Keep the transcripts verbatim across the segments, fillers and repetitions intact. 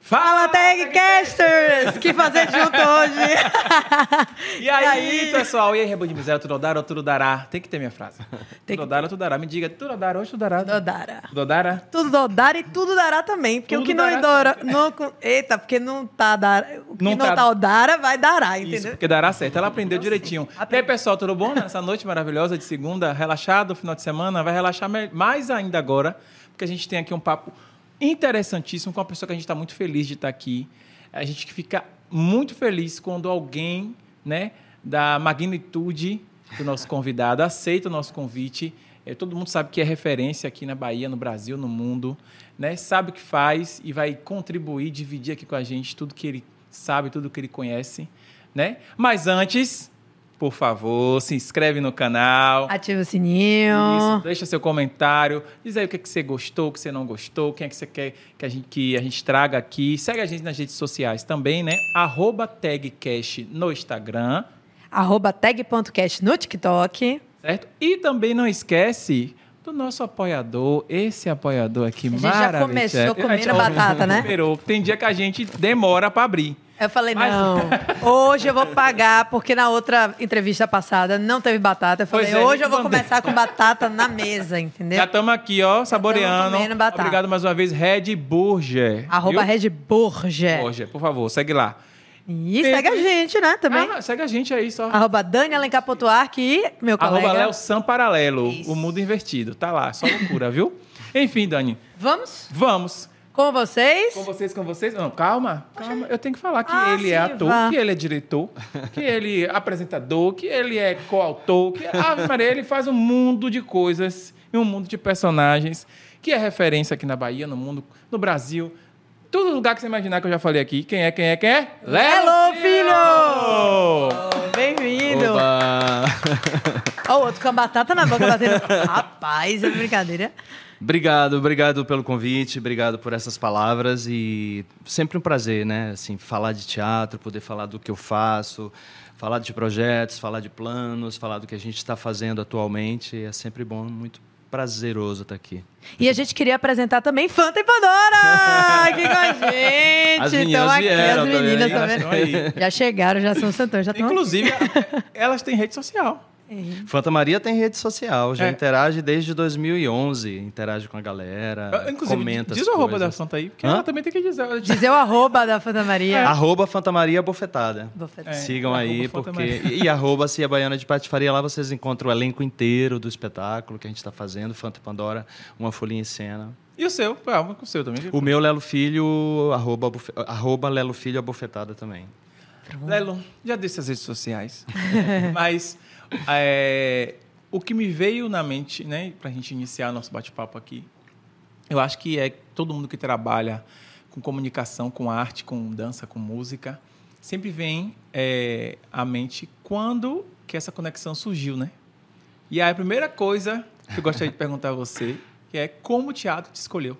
Fala, Tagcasters! Que fazer junto hoje? E aí, e aí, pessoal? E aí, Rebo de Miséria, tudo dará ou tudo dará? Tem que ter minha frase. Tem tudo dará ou tudo dará? Me diga, tudo dará ou tudo dará? Tudo dará. Tudo dará? Tudo dará e tudo dará também. Porque tudo o que não dará, não, eita, porque não tá dará, o que não, não tá, tá o dará, vai dará, entendeu? Isso, porque dará certo. Ela aprendeu direitinho. E aí, pessoal, tudo bom? Nessa noite maravilhosa de segunda, relaxado, final de semana, vai relaxar mais ainda agora, porque a gente tem aqui um papo interessantíssimo com uma pessoa que a gente está muito feliz de estar aqui. A gente fica muito feliz quando alguém, né, da magnitude do nosso convidado aceita o nosso convite. É, todo mundo sabe que é referência aqui na Bahia, no Brasil, no mundo, né? Sabe o que faz e vai contribuir, dividir aqui com a gente tudo que ele sabe, tudo que ele conhece, né? Mas antes, por favor, se inscreve no canal. Ativa o sininho. Isso, deixa seu comentário. Diz aí o que, é que você gostou, o que você não gostou, quem é que você quer que a gente, que a gente traga aqui. Segue a gente nas redes sociais também, né? Arroba Tagcast no Instagram. Arroba tag.cast no TikTok. Certo? E também não esquece do nosso apoiador, esse apoiador aqui maravilhoso. A gente já começou comendo batata, né? Esperou. Tem dia que a gente demora para abrir. Eu falei, Mas... não, hoje eu vou pagar, porque na outra entrevista passada não teve batata. Eu falei, é, hoje eu vou mandei. começar com batata na mesa, entendeu? Já estamos aqui, ó, saboreando. Batata. Obrigado mais uma vez, Red Burger. Arroba Red Burger. Burger, por favor, segue lá. E, e segue a gente, né, também. Ah, segue a gente aí, só. Arroba Dani Alencar Potuarque e meu colega. Arroba Léo Sam Paralelo, Isso. o mundo invertido. Tá lá, só loucura, viu? Enfim, Dani. Vamos? Vamos. Com vocês? Com vocês, com vocês. Não, calma, calma. Eu tenho que falar que ah, ele sim, é ator, vá. que ele é diretor, que ele é apresentador, que ele é coautor, que Ave Maria, ele faz um mundo de coisas e um mundo de personagens que é referência aqui na Bahia, no mundo, no Brasil. Todo lugar que você imaginar que eu já falei aqui. Quem é, quem é, quem é? Lelo Filho! Oh, bem-vindo! Ó, o outro com a batata na boca batendo. Rapaz, é brincadeira. Obrigado, obrigado pelo convite, obrigado por essas palavras e sempre um prazer, né? Assim, falar de teatro, poder falar do que eu faço, falar de projetos, falar de planos, falar do que a gente está fazendo atualmente. É sempre bom, muito prazeroso estar aqui. E a gente queria apresentar também Fanta e Pandora aqui com a gente. As meninas aqui, vieram as meninas também. também. Já chegaram, já são santões, já estão Inclusive, elas têm rede social. É. Fanta Maria tem rede social, já é. interage desde dois mil e onze, interage com a galera, Inclusive, comenta diz as o arroba coisas. da Fanta aí, porque Hã? ela também tem que dizer. Dizer o arroba da Fanta Maria. É. Arroba Fanta Maria Bofetada. Bofetada. É. Sigam É, aí, arroba porque... E arroba Cia Baiana de Patifaria, lá vocês encontram o elenco inteiro do espetáculo que a gente está fazendo, Fanta e Pandora, uma folhinha em cena. E o seu? Ah, o seu também. O meu Lelo Filho, arroba, bufe... arroba Lelo Filho, a Bofetada também. Lelo, já disse as redes sociais, mas é, o que me veio na mente, né, para a gente iniciar nosso bate-papo aqui, eu acho que é todo mundo que trabalha com comunicação, com arte, com dança, com música, sempre vem é, à mente quando que essa conexão surgiu, né? E aí a primeira coisa que eu gostaria de perguntar a você que é como o teatro te escolheu.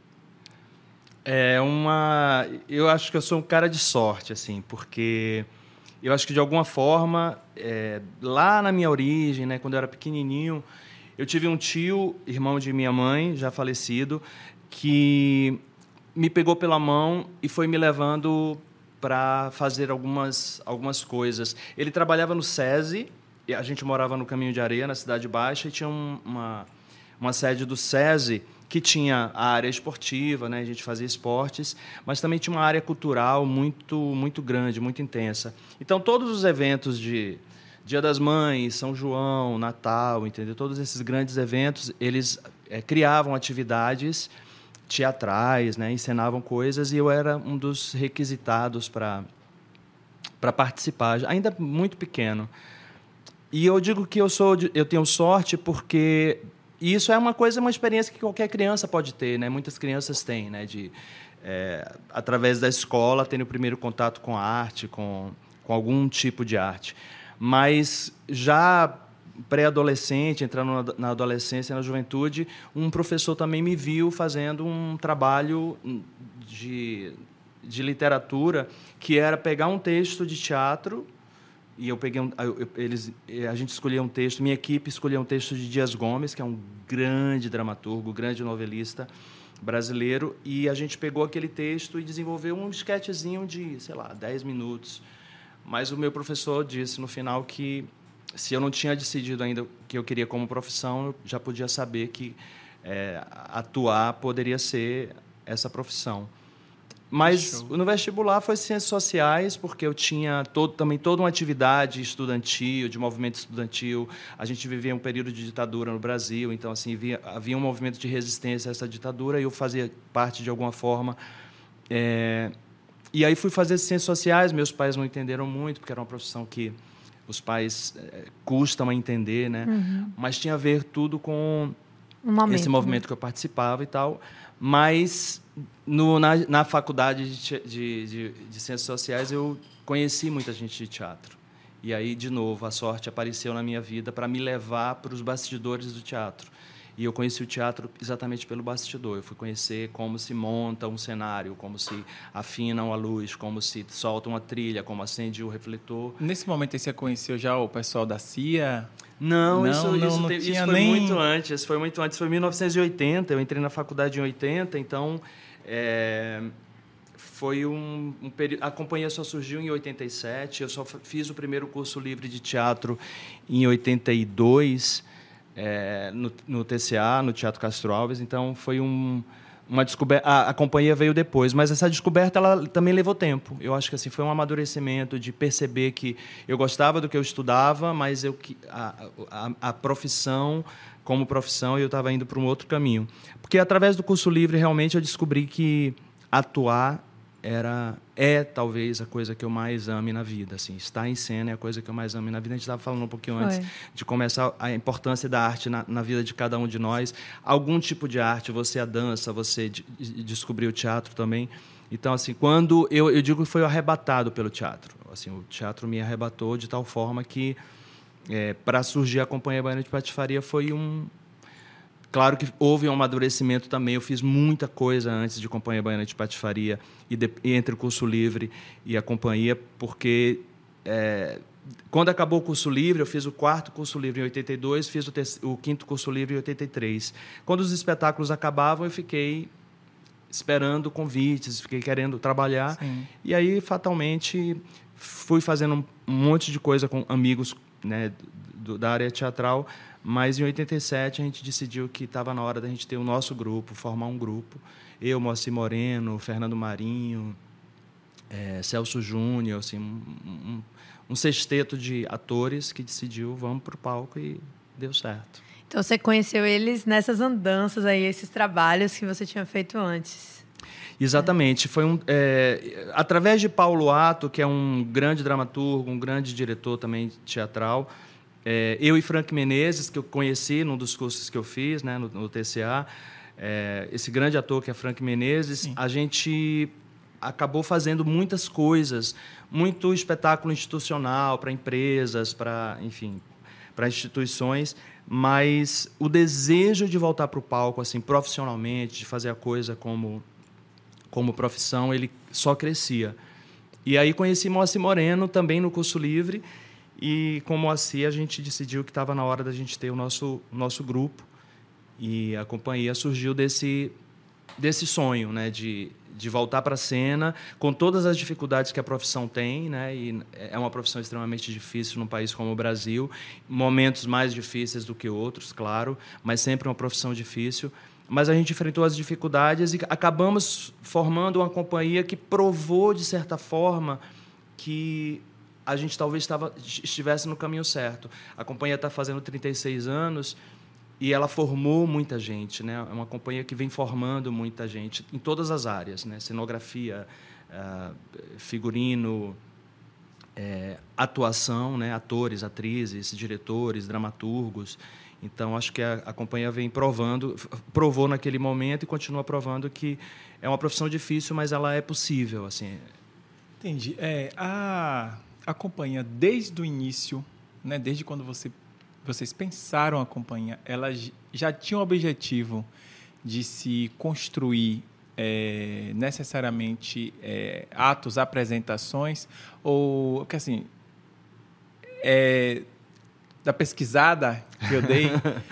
É uma... Eu acho que eu sou um cara de sorte, assim, porque eu acho que, de alguma forma, é, lá na minha origem, né, quando eu era pequenininho, eu tive um tio, irmão de minha mãe, já falecido, que me pegou pela mão e foi me levando para fazer algumas, algumas coisas. Ele trabalhava no SESI, e a gente morava no Caminho de Areia, na Cidade Baixa, e tinha um, uma... uma sede do SESI que tinha a área esportiva, né? A gente fazia esportes, mas também tinha uma área cultural muito, muito grande, muito intensa. Então, todos os eventos de Dia das Mães, São João, Natal, entendeu? Todos esses grandes eventos, eles é, criavam atividades teatrais, né? Encenavam coisas, e eu era um dos requisitados para para participar, ainda muito pequeno. E eu digo que eu sou, eu tenho sorte porque E isso é uma coisa, uma experiência que qualquer criança pode ter, né? Muitas crianças têm, né? De, é, através da escola, terem o primeiro contato com a arte, com, com algum tipo de arte. Mas já pré-adolescente, entrando na adolescência, na juventude, um professor também me viu fazendo um trabalho de, de literatura, que era pegar um texto de teatro. E eu peguei um, eu, eles, a gente escolhia um texto, minha equipe escolhia um texto de Dias Gomes, que é um grande dramaturgo, grande novelista, brasileiro, e a gente pegou aquele texto e desenvolveu um sketchzinho de, sei lá, dez minutos. Mas o meu professor disse no final que, se eu não tinha decidido ainda o que eu queria como profissão, eu já podia saber que é, atuar poderia ser essa profissão. Mas Show. No vestibular foi Ciências Sociais, porque eu tinha todo, também toda uma atividade estudantil, de movimento estudantil. A gente vivia um período de ditadura no Brasil, então assim, havia, havia um movimento de resistência a essa ditadura e eu fazia parte de alguma forma. É, e aí fui fazer Ciências Sociais, meus pais não entenderam muito, porque era uma profissão que os pais é, custam a entender, né? Uhum. Mas tinha a ver tudo com um momento, esse movimento né? que eu participava e tal. Mas no, na, na faculdade de, de, de, de Ciências Sociais eu conheci muita gente de teatro. E aí, de novo, a sorte apareceu na minha vida para me levar para os bastidores do teatro. E eu conheci o teatro exatamente pelo bastidor. Eu fui conhecer como se monta um cenário, como se afina a luz, como se solta uma trilha, como acende o refletor. Nesse momento aí você conheceu já o pessoal da C I A? Não, não, isso, não, isso, não teve, tinha isso foi nem... muito antes. Foi muito antes. Foi em mil novecentos e oitenta. Eu entrei na faculdade em oitenta, então é, foi um, um período. A companhia só surgiu em oitenta e sete. Eu só fiz o primeiro curso livre de teatro em oitenta e dois. É, no, no T C A, no Teatro Castro Alves, então foi um, uma descoberta. A, a companhia veio depois, mas essa descoberta ela também levou tempo. Eu acho que assim foi um amadurecimento de perceber que eu gostava do que eu estudava, mas eu a, a, a profissão como profissão eu estava indo para um outro caminho, porque através do curso livre realmente eu descobri que atuar era é talvez a coisa que eu mais ame na vida, assim, estar em cena é a coisa que eu mais amo na vida. A gente estava falando um pouquinho antes Foi. de começar a importância da arte na, na vida de cada um de nós. Algum tipo de arte, você a dança, você de, de, descobriu o teatro também. Então, assim, quando eu, eu digo que foi arrebatado pelo teatro, assim, o teatro me arrebatou de tal forma que é, para surgir a Companhia Baiana de Patifaria foi um Claro que houve um amadurecimento também. Eu fiz muita coisa antes de Companhia Baiana de Patifaria e, de, e entre o curso livre e a companhia, porque é, quando acabou o curso livre, eu fiz o quarto curso livre em oitenta e dois, fiz o, terceiro, o quinto curso livre em oitenta e três. Quando os espetáculos acabavam, eu fiquei esperando convites, fiquei querendo trabalhar. Sim. E aí, fatalmente, fui fazendo um monte de coisa com amigos, né, do, da área teatral. Mas, em oitenta e sete, a gente decidiu que estava na hora da gente ter o nosso grupo, formar um grupo. Eu, Moacir Moreno, Fernando Marinho, é, Celso Júnior, assim, um, um, um sexteto de atores que decidiu, vamos para o palco, e deu certo. Então, você conheceu eles nessas andanças, aí, esses trabalhos que você tinha feito antes. Exatamente. É. Foi um, é, através de Paulo Atto, que é um grande dramaturgo, um grande diretor também teatral, É, eu e Frank Menezes, que eu conheci num dos cursos que eu fiz, né, no, no T C A, é, esse grande ator que é Frank Menezes, Sim. a gente acabou fazendo muitas coisas, muito espetáculo institucional para empresas, para, enfim, para instituições, mas o desejo de voltar para o palco, assim, profissionalmente, de fazer a coisa como, como profissão, ele só crescia. E aí conheci Moacir Moreno também no curso livre. E, com o Moacir, a gente decidiu que estava na hora da gente ter o nosso, nosso grupo. E a companhia surgiu desse, desse sonho, né, de, de voltar para a cena, com todas as dificuldades que a profissão tem, né, e é uma profissão extremamente difícil num país como o Brasil, momentos mais difíceis do que outros, claro, mas sempre uma profissão difícil. Mas a gente enfrentou as dificuldades e acabamos formando uma companhia que provou, de certa forma, que a gente talvez estava, estivesse no caminho certo. A companhia está fazendo trinta e seis anos e ela formou muita gente, né? É uma companhia que vem formando muita gente em todas as áreas, né? Cenografia, uh, figurino, é, atuação, né? Atores, atrizes, diretores, dramaturgos. Então, acho que a, a companhia vem provando, provou naquele momento e continua provando que é uma profissão difícil, mas ela é possível, assim. Entendi. É, a... A companhia, desde o início, né, desde quando você, vocês pensaram a companhia, ela já tinha o objetivo de se construir é, necessariamente é, atos, apresentações, ou que assim, é, da pesquisada que eu dei,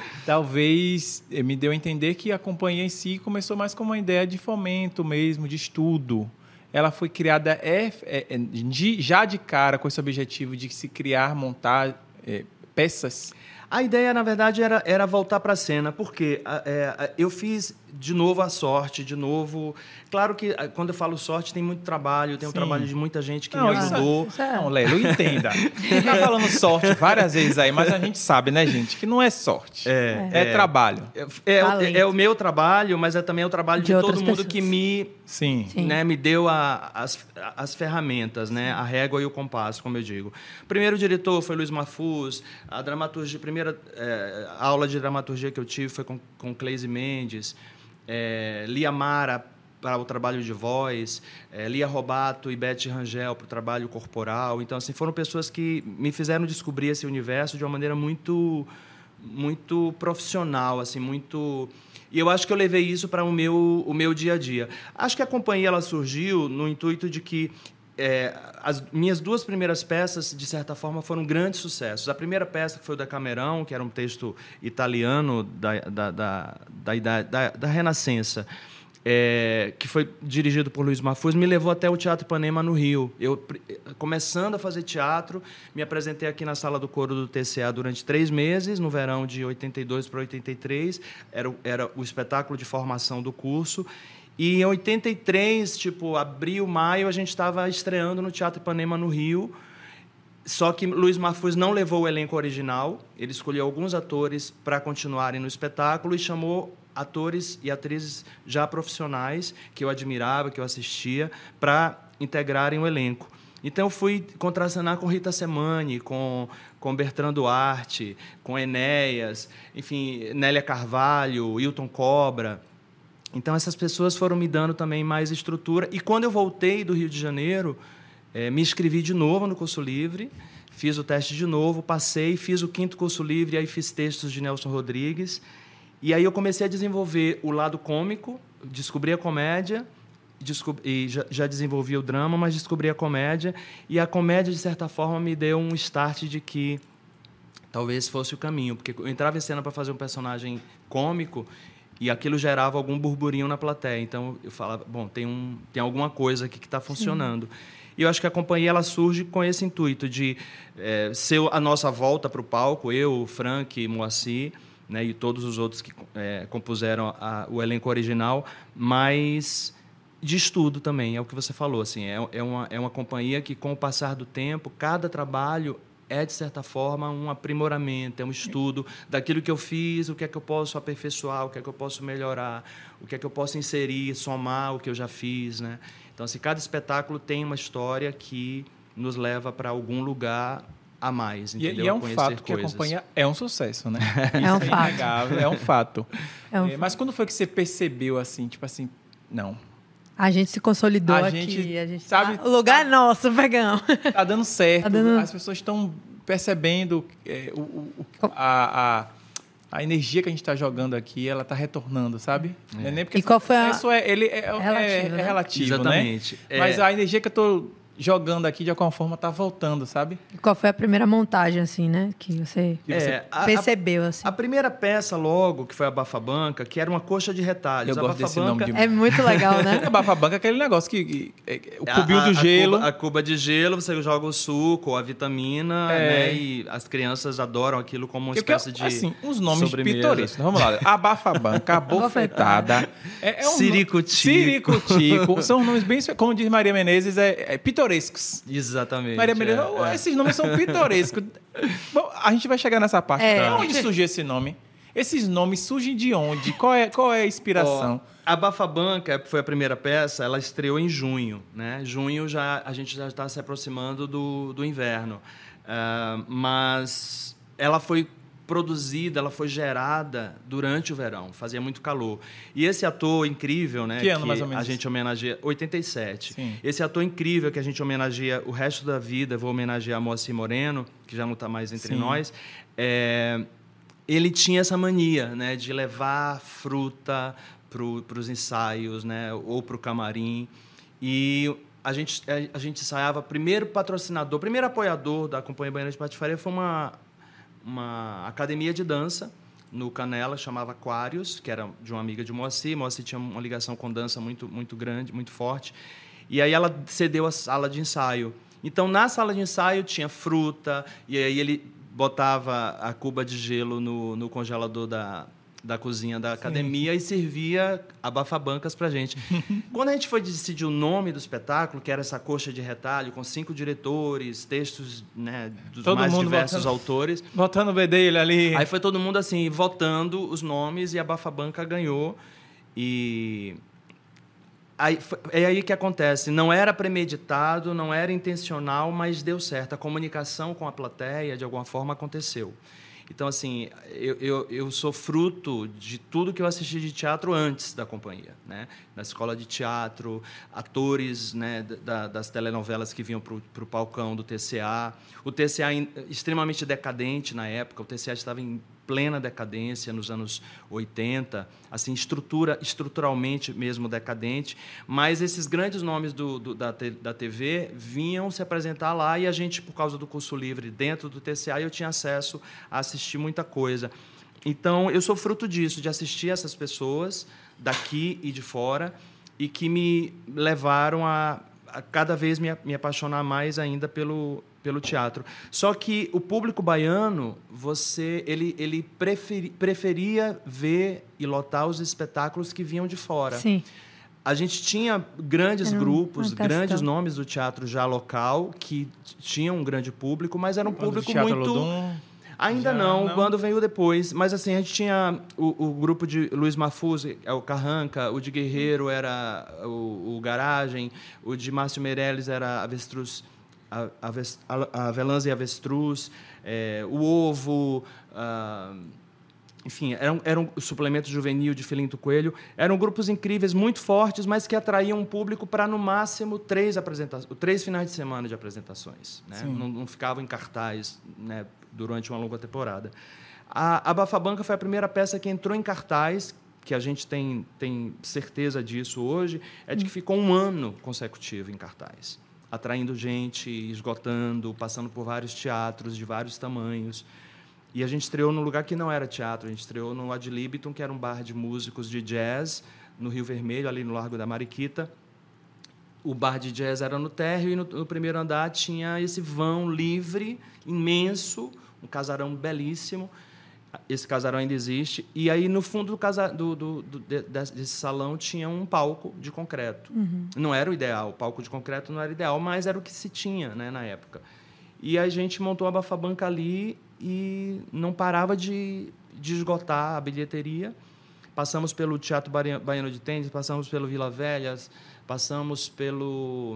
talvez me deu a entender que a companhia em si começou mais como uma ideia de fomento mesmo, de estudo. Ela foi criada é, é, de, já de cara com esse objetivo de se criar, montar é, peças. A ideia, na verdade, era, era voltar para a cena, porque é, eu fiz de novo a sorte, de novo... Claro que quando eu falo sorte, tem muito trabalho, tem o trabalho de muita gente que não, me ajudou. Isso é... Não, Lelo, entenda. Você está falando sorte várias vezes aí, mas a gente sabe, né, gente, que não é sorte. É, é, é trabalho. É, é, é o meu trabalho, mas é também o trabalho de, de todo mundo pessoas. que me, Sim. Né, me deu a, as, as ferramentas, né, a régua e o compasso, como eu digo. O primeiro diretor foi Luiz Mafuz, a dramaturgia, a primeira é, aula de dramaturgia que eu tive foi com, com Cleise Mendes, é, Lia Mara, para o trabalho de voz, é, Lia Robato e Beth Rangel para o trabalho corporal. Então, assim, foram pessoas que me fizeram descobrir esse universo de uma maneira muito, muito profissional, assim, muito... E eu acho que eu levei isso para o meu, o meu dia a dia. Acho que a companhia ela surgiu no intuito de que é, as minhas duas primeiras peças, de certa forma, foram grandes sucessos. A primeira peça, que foi o Decamerão, que era um texto italiano da, da, da, da, idade, da, da Renascença, É, que foi dirigido por Luiz Mafuz, me levou até o Teatro Ipanema, no Rio. Eu, começando a fazer teatro, me apresentei aqui na Sala do Coro do T C A durante três meses, no verão de oitenta e dois para oitenta e três. Era, era o espetáculo de formação do curso. E em oitenta e três, tipo, abril, maio, a gente estava estreando no Teatro Ipanema, no Rio. Só que Luiz Mafuz não levou o elenco original. Ele escolheu alguns atores para continuarem no espetáculo e chamou atores e atrizes já profissionais, que eu admirava, que eu assistia, para integrarem o elenco. Então, eu fui contracenar com Rita Semani, com, com Bertrand Duarte, com Enéas, enfim, Nélia Carvalho, Hilton Cobra. Então, essas pessoas foram me dando também mais estrutura. E, quando eu voltei do Rio de Janeiro, eh, me inscrevi de novo no curso livre, fiz o teste de novo, passei, fiz o quinto curso livre, aí fiz textos de Nelson Rodrigues. E aí eu comecei a desenvolver o lado cômico, descobri a comédia, descobri, e já, já desenvolvi o drama, mas descobri a comédia. E a comédia, de certa forma, me deu um start de que talvez fosse o caminho. Porque eu entrava em cena para fazer um personagem cômico e aquilo gerava algum burburinho na plateia. Então, eu falava, bom, tem, um, tem alguma coisa aqui que está funcionando. Sim. E eu acho que a companhia ela surge com esse intuito de é, ser a nossa volta para o palco, eu, Frank, Moacir, né, e todos os outros que é, compuseram a, o elenco original, mas de estudo também, é o que você falou. Assim, é, é, uma, é uma companhia que, com o passar do tempo, cada trabalho é, de certa forma, um aprimoramento, é um estudo daquilo que eu fiz, o que é que eu posso aperfeiçoar, o que é que eu posso melhorar, o que é que eu posso inserir, somar o que eu já fiz. Né? Então, assim, cada espetáculo tem uma história que nos leva para algum lugar a mais, entendeu? E, e é um Conhecer fato coisas. que a companhia é um sucesso, né? É Isso um é fato. inegável, é um fato. É um é, fato. mas quando foi que você percebeu, assim, tipo assim, não... A gente se consolidou a aqui. Gente, a gente sabe, tá... O lugar é nosso, pegão. Tá dando certo. Tá dando... As pessoas estão percebendo é, o, o, a, a, a energia que a gente está jogando aqui, ela está retornando, sabe? É. Não é nem porque e qual foi a... Isso é, ele é, é relativo, é, né? é relativo, Exatamente. Né? É... Mas a energia que eu estou jogando aqui, de alguma forma, está voltando, sabe? E qual foi a primeira montagem, assim, né? Que você, é, você a, percebeu, assim. A primeira peça, logo, que foi a Bafa-Banca, que era uma coxa de retalhos. Eu a gosto desse nome de... É muito legal, né? A Bafa-Banca é aquele negócio que... que, que o cubinho a, do a, gelo... A cuba, a cuba de gelo, você joga o suco, a vitamina, é. né? E as crianças adoram aquilo como uma espécie eu, de assim, uns nomes sobremesa. pitorescos. Vamos lá. A Bafa-Banca, a bofetada... É, é um Ciricutico. Ciricutico. São nomes bem... Como diz Maria Menezes, é, é pitorescos. Exatamente. Maria Menezes, é, é. Esses nomes são pitorescos. Bom, a gente vai chegar nessa parte. É. De onde surgiu esse nome? Esses nomes surgem de onde? Qual é, qual é a inspiração? Oh, a Bafa-Banca foi a primeira peça, ela estreou em junho. Né? Junho já, a gente já está se aproximando do, do inverno. Uh, mas ela foi produzida, ela foi gerada durante o verão, fazia muito calor. E esse ator incrível, né, que ano, que mais ou menos? a gente homenageia, oitenta e sete. Sim. Esse ator incrível que a gente homenageia o resto da vida, vou homenagear Moacir Moreno, que já não está mais entre Sim. nós, é, ele tinha essa mania, né, de levar fruta para os ensaios, né, ou para o camarim. E a gente, a, a gente ensaiava, primeiro patrocinador, primeiro apoiador da Companhia Baiana de Patifaria foi uma... uma academia de dança no Canela, chamava Aquários, que era de uma amiga de Moacir. Moacir tinha uma ligação com dança muito, muito grande, muito forte. E aí ela cedeu a sala de ensaio. Então, na sala de ensaio tinha fruta, e aí ele botava a cuba de gelo no, no congelador da, da cozinha da academia. Sim. E servia abafabancas para a gente. Quando a gente foi decidir o nome do espetáculo, que era essa coxa de retalho, com cinco diretores, textos, né, dos todo mais diversos botando, autores. Botando o bedelho ali. Aí foi todo mundo assim, votando os nomes, e a Abafabanca ganhou. E... Aí, é aí que acontece. Não era premeditado, não era intencional, mas deu certo. A comunicação com a plateia, de alguma forma, aconteceu. Então, assim, eu, eu, eu sou fruto de tudo que eu assisti de teatro antes da companhia, né? Na escola de teatro, atores, né, da, das telenovelas que vinham para o palcão do T C A. O T C A extremamente decadente na época. O T C A estava em plena decadência nos anos oitenta, assim, estrutura, estruturalmente mesmo decadente, mas esses grandes nomes do, do, da, da T V vinham se apresentar lá, e a gente, por causa do curso livre dentro do T C A, eu tinha acesso a assistir muita coisa. Então, eu sou fruto disso, de assistir essas pessoas daqui e de fora, e que me levaram a, a cada vez me, me apaixonar mais ainda pelo pelo teatro. Só que o público baiano, você, ele, ele preferi, preferia ver e lotar os espetáculos que vinham de fora. Sim. A gente tinha grandes um, grupos, grandes nomes do teatro já local, que tinham um grande público, mas era um público muito... Lodum, Ainda não, não, o bando veio depois. Mas assim, a gente tinha o, o grupo de Luiz Mafuz, é o Carranca, o de Guerreiro era o, o Garagem, o de Márcio Meirelles era Avestruz... A, a, a Velãs e Avestruz, é, o Ovo, a, enfim, eram, eram o suplemento juvenil de Filinto Coelho. Eram grupos incríveis, muito fortes, mas que atraíam um público para, no máximo, três, apresentações, três finais de semana de apresentações. Né? Não, não ficavam em cartaz, né, durante uma longa temporada. A Abafabanca foi a primeira peça que entrou em cartaz, que a gente tem, tem certeza disso hoje, é de que ficou um ano consecutivo em cartaz, atraindo gente, esgotando, passando por vários teatros de vários tamanhos. E a gente estreou num lugar que não era teatro, a gente estreou no Ad Libitum, que era um bar de músicos de jazz, no Rio Vermelho, ali no Largo da Mariquita. O bar de jazz era no térreo, e no, no primeiro andar tinha esse vão livre, imenso, um casarão belíssimo. Esse casarão ainda existe. E aí, no fundo do, casa, do, do, do, desse salão, tinha um palco de concreto. Uhum. Não era o ideal, o palco de concreto não era ideal, mas era o que se tinha, né, na época. E a gente montou a Abafabanca ali e não parava de, de esgotar a bilheteria. Passamos pelo Teatro Baiano de Tênis, passamos pelo Vila Velhas, passamos pelo...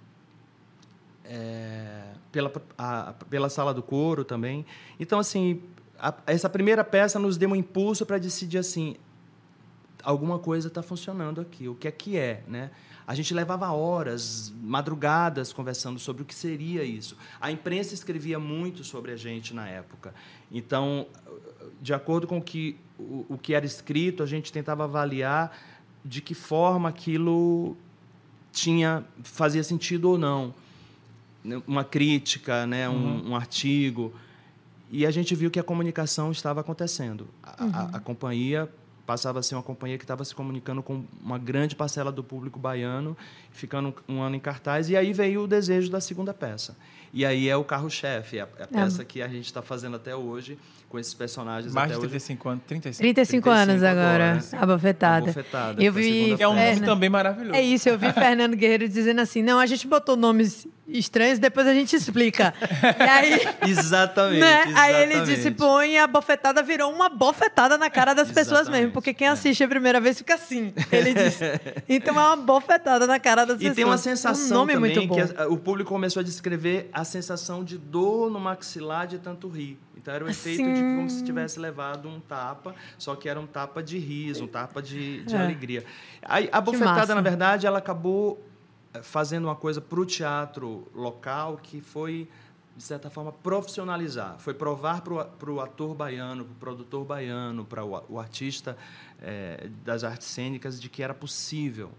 É, pela, a, pela Sala do Coro também. Então, assim... A, essa primeira peça nos deu um impulso para decidir assim, alguma coisa está funcionando aqui, o que é que é, né? A gente levava horas, madrugadas, conversando sobre o que seria isso. A imprensa escrevia muito sobre a gente na época. Então, de acordo com o que, o, o que era escrito, a gente tentava avaliar de que forma aquilo tinha, fazia sentido ou não. Uma crítica, né? um, uhum. um artigo... E a gente viu que a comunicação estava acontecendo. A, uhum. a, a companhia passava a ser uma companhia que estava se comunicando com uma grande parcela do público baiano, ficando um, um ano em cartaz. E aí veio o desejo da segunda peça. E aí é o carro-chefe, é a, é a peça é. que a gente está fazendo até hoje, com esses personagens Mais até de trinta e cinco hoje. anos, trinta e cinco. trinta e cinco anos agora, agora né? Abafetada. Abafetada. Eu vi... É um nome também maravilhoso. É isso, eu vi Fernando Guerreiro dizendo assim, não, a gente botou nomes estranhos, depois a gente explica. E aí... Exatamente, né? exatamente. Aí ele disse, põe, a bofetada virou uma bofetada na cara das pessoas mesmo, porque quem assiste a primeira vez fica assim, ele disse. Então é uma bofetada na cara das e pessoas. E tem uma sensação um nome também muito bom. que a, o público começou a descrever a sensação de dor no maxilar de tanto rir. Então era o efeito assim... de como se tivesse levado um tapa, só que era um tapa de riso, um tapa de, de é. alegria. A, a bofetada, na verdade, ela acabou fazendo uma coisa para o teatro local que foi, de certa forma, profissionalizar. Foi provar para o ator baiano, para o produtor baiano, para o, o artista é, das artes cênicas, de que era possível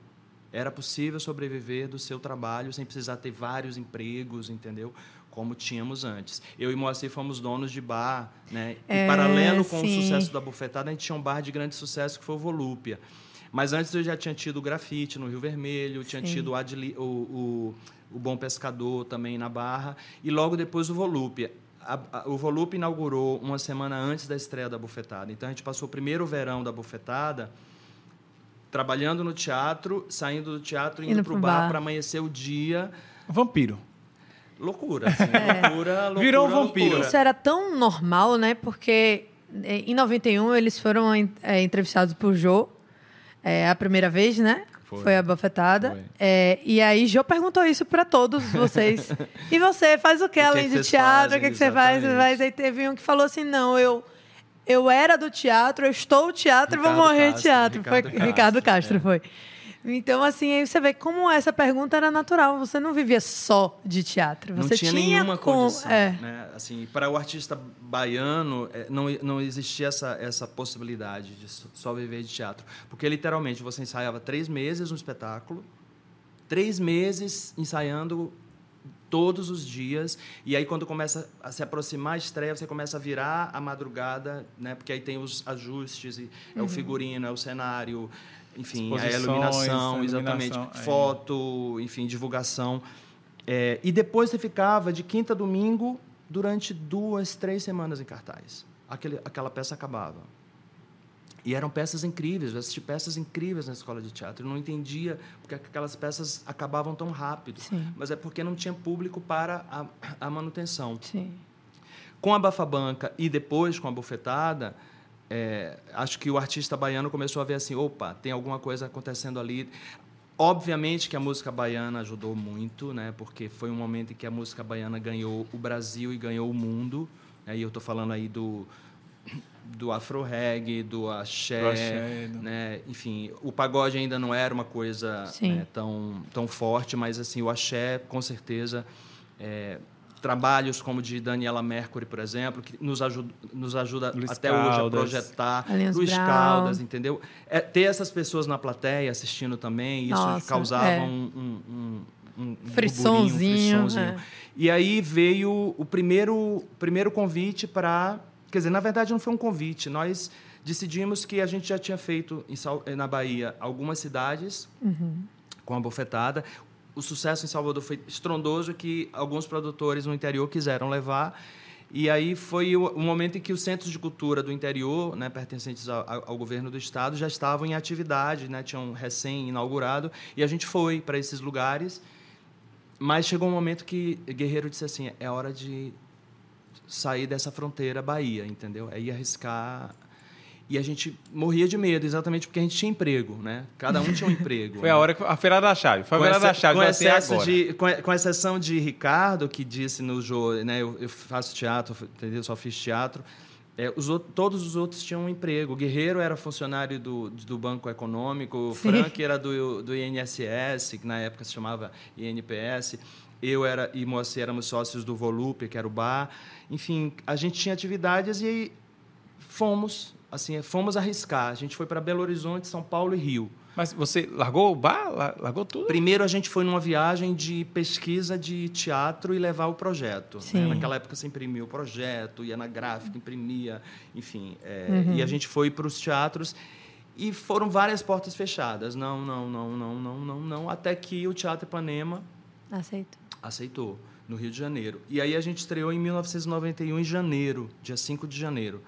Era possível sobreviver do seu trabalho sem precisar ter vários empregos, entendeu? Como tínhamos antes. Eu e Moacir fomos donos de bar, né? É, em paralelo com sim. o sucesso da Bufetada, a gente tinha um bar de grande sucesso que foi o Volúpia. Mas antes eu já tinha tido o Grafite no Rio Vermelho, tinha sim. tido o, Adli, o, o, o Bom Pescador também na Barra, e logo depois o Volúpia. A, a, o Volúpia inaugurou uma semana antes da estreia da Bufetada. Então, a gente passou o primeiro verão da Bufetada trabalhando no teatro, saindo do teatro, indo, indo para o bar, bar. para amanhecer o dia... Vampiro. Loucura, assim, é. loucura, loucura. Virou um vampiro. Loucura. Isso era tão normal, né? Porque em noventa e um eles foram é, entrevistados por Jô, é, a primeira vez, né? Foi, Foi a Bufetada. Foi. É, e aí Jô perguntou isso para todos vocês. E você faz o que além de teatro? O que, que você faz? Mas aí teve um que falou assim, não, eu... Eu era do teatro, eu estou no teatro Ricardo e vou morrer Castro, de teatro. Ricardo foi Castro, Ricardo Castro, é. foi. Então, assim, aí você vê como essa pergunta era natural. Você não vivia só de teatro. Você não tinha, tinha nenhuma com... condição. É. Né? Assim, para o artista baiano, não, não existia essa, essa possibilidade de só viver de teatro. Porque, literalmente, você ensaiava três meses um espetáculo, três meses ensaiando todos os dias, e aí quando começa a se aproximar a estreia, você começa a virar a madrugada, né? Porque aí tem os ajustes, e é uhum. o figurino, é o cenário, enfim, a iluminação, exatamente, iluminação, foto, enfim, divulgação. É, e depois você ficava de quinta a domingo durante duas, três semanas em cartaz. Aquele, aquela peça acabava. E eram peças incríveis, eu assisti peças incríveis na escola de teatro. Eu não entendia porque aquelas peças acabavam tão rápido. Sim. Mas é porque não tinha público para a, a manutenção. Sim. Com a Bafabanca e depois com a Bufetada, é, acho que o artista baiano começou a ver assim, opa, tem alguma coisa acontecendo ali. Obviamente que a música baiana ajudou muito, né? Porque foi um momento em que a música baiana ganhou o Brasil e ganhou o mundo. Né? E eu estou falando aí do... do afro-reggae, do axé, do axé do... né? Enfim, o pagode ainda não era uma coisa né, tão, tão forte, mas assim, o axé, com certeza, é, trabalhos como de Daniela Mercury, por exemplo, que nos ajuda, nos ajuda até Caldas. hoje a projetar, Luiz Caldas, entendeu? É, ter essas pessoas na plateia assistindo também, isso Nossa, causava é. um, um, um, um frissonzinho. Um frissonzinho. É. E aí veio o primeiro, primeiro convite para... Quer dizer, na verdade, não foi um convite. Nós decidimos que a gente já tinha feito em Sal... na Bahia algumas cidades uhum. com a Bufetada. O sucesso em Salvador foi estrondoso, que alguns produtores no interior quiseram levar. E aí foi o, o momento em que os centros de cultura do interior, né, pertencentes ao, ao governo do estado, já estavam em atividade, né, tinham recém-inaugurado. E a gente foi para esses lugares. Mas chegou um momento que Guerreiro disse assim, é hora de... sair dessa fronteira Bahia, entendeu? É ir arriscar... E a gente morria de medo, exatamente porque a gente tinha emprego, né? Cada um tinha um emprego. Foi né? a hora que... A feira da chave. Foi a feira da chave. Com, excesso agora. de, com, com exceção de Ricardo, que disse no jogo, né? Eu, eu faço teatro, entendeu? Só fiz teatro. É, os outros, todos os outros tinham um emprego. O Guerreiro era funcionário do, do Banco Econômico, o Frank era do, do I N S S, que na época se chamava I N P S. Eu era, e Moacir éramos sócios do Volúpia, que era o bar. Enfim, a gente tinha atividades e aí fomos, assim, fomos arriscar. A gente foi para Belo Horizonte, São Paulo e Rio. Mas você largou o bar? Largou tudo? Primeiro, a gente foi numa viagem de pesquisa de teatro e levar o projeto. Né? Naquela época, você imprimia o projeto, ia na gráfica, imprimia, enfim. É, uhum. E a gente foi para os teatros e foram várias portas fechadas. Não, não, não, não, não, não, não. Até que o Teatro Ipanema... Aceito. Aceitou, no Rio de Janeiro. E aí a gente estreou em mil novecentos e noventa e um, em janeiro, dia cinco de janeiro.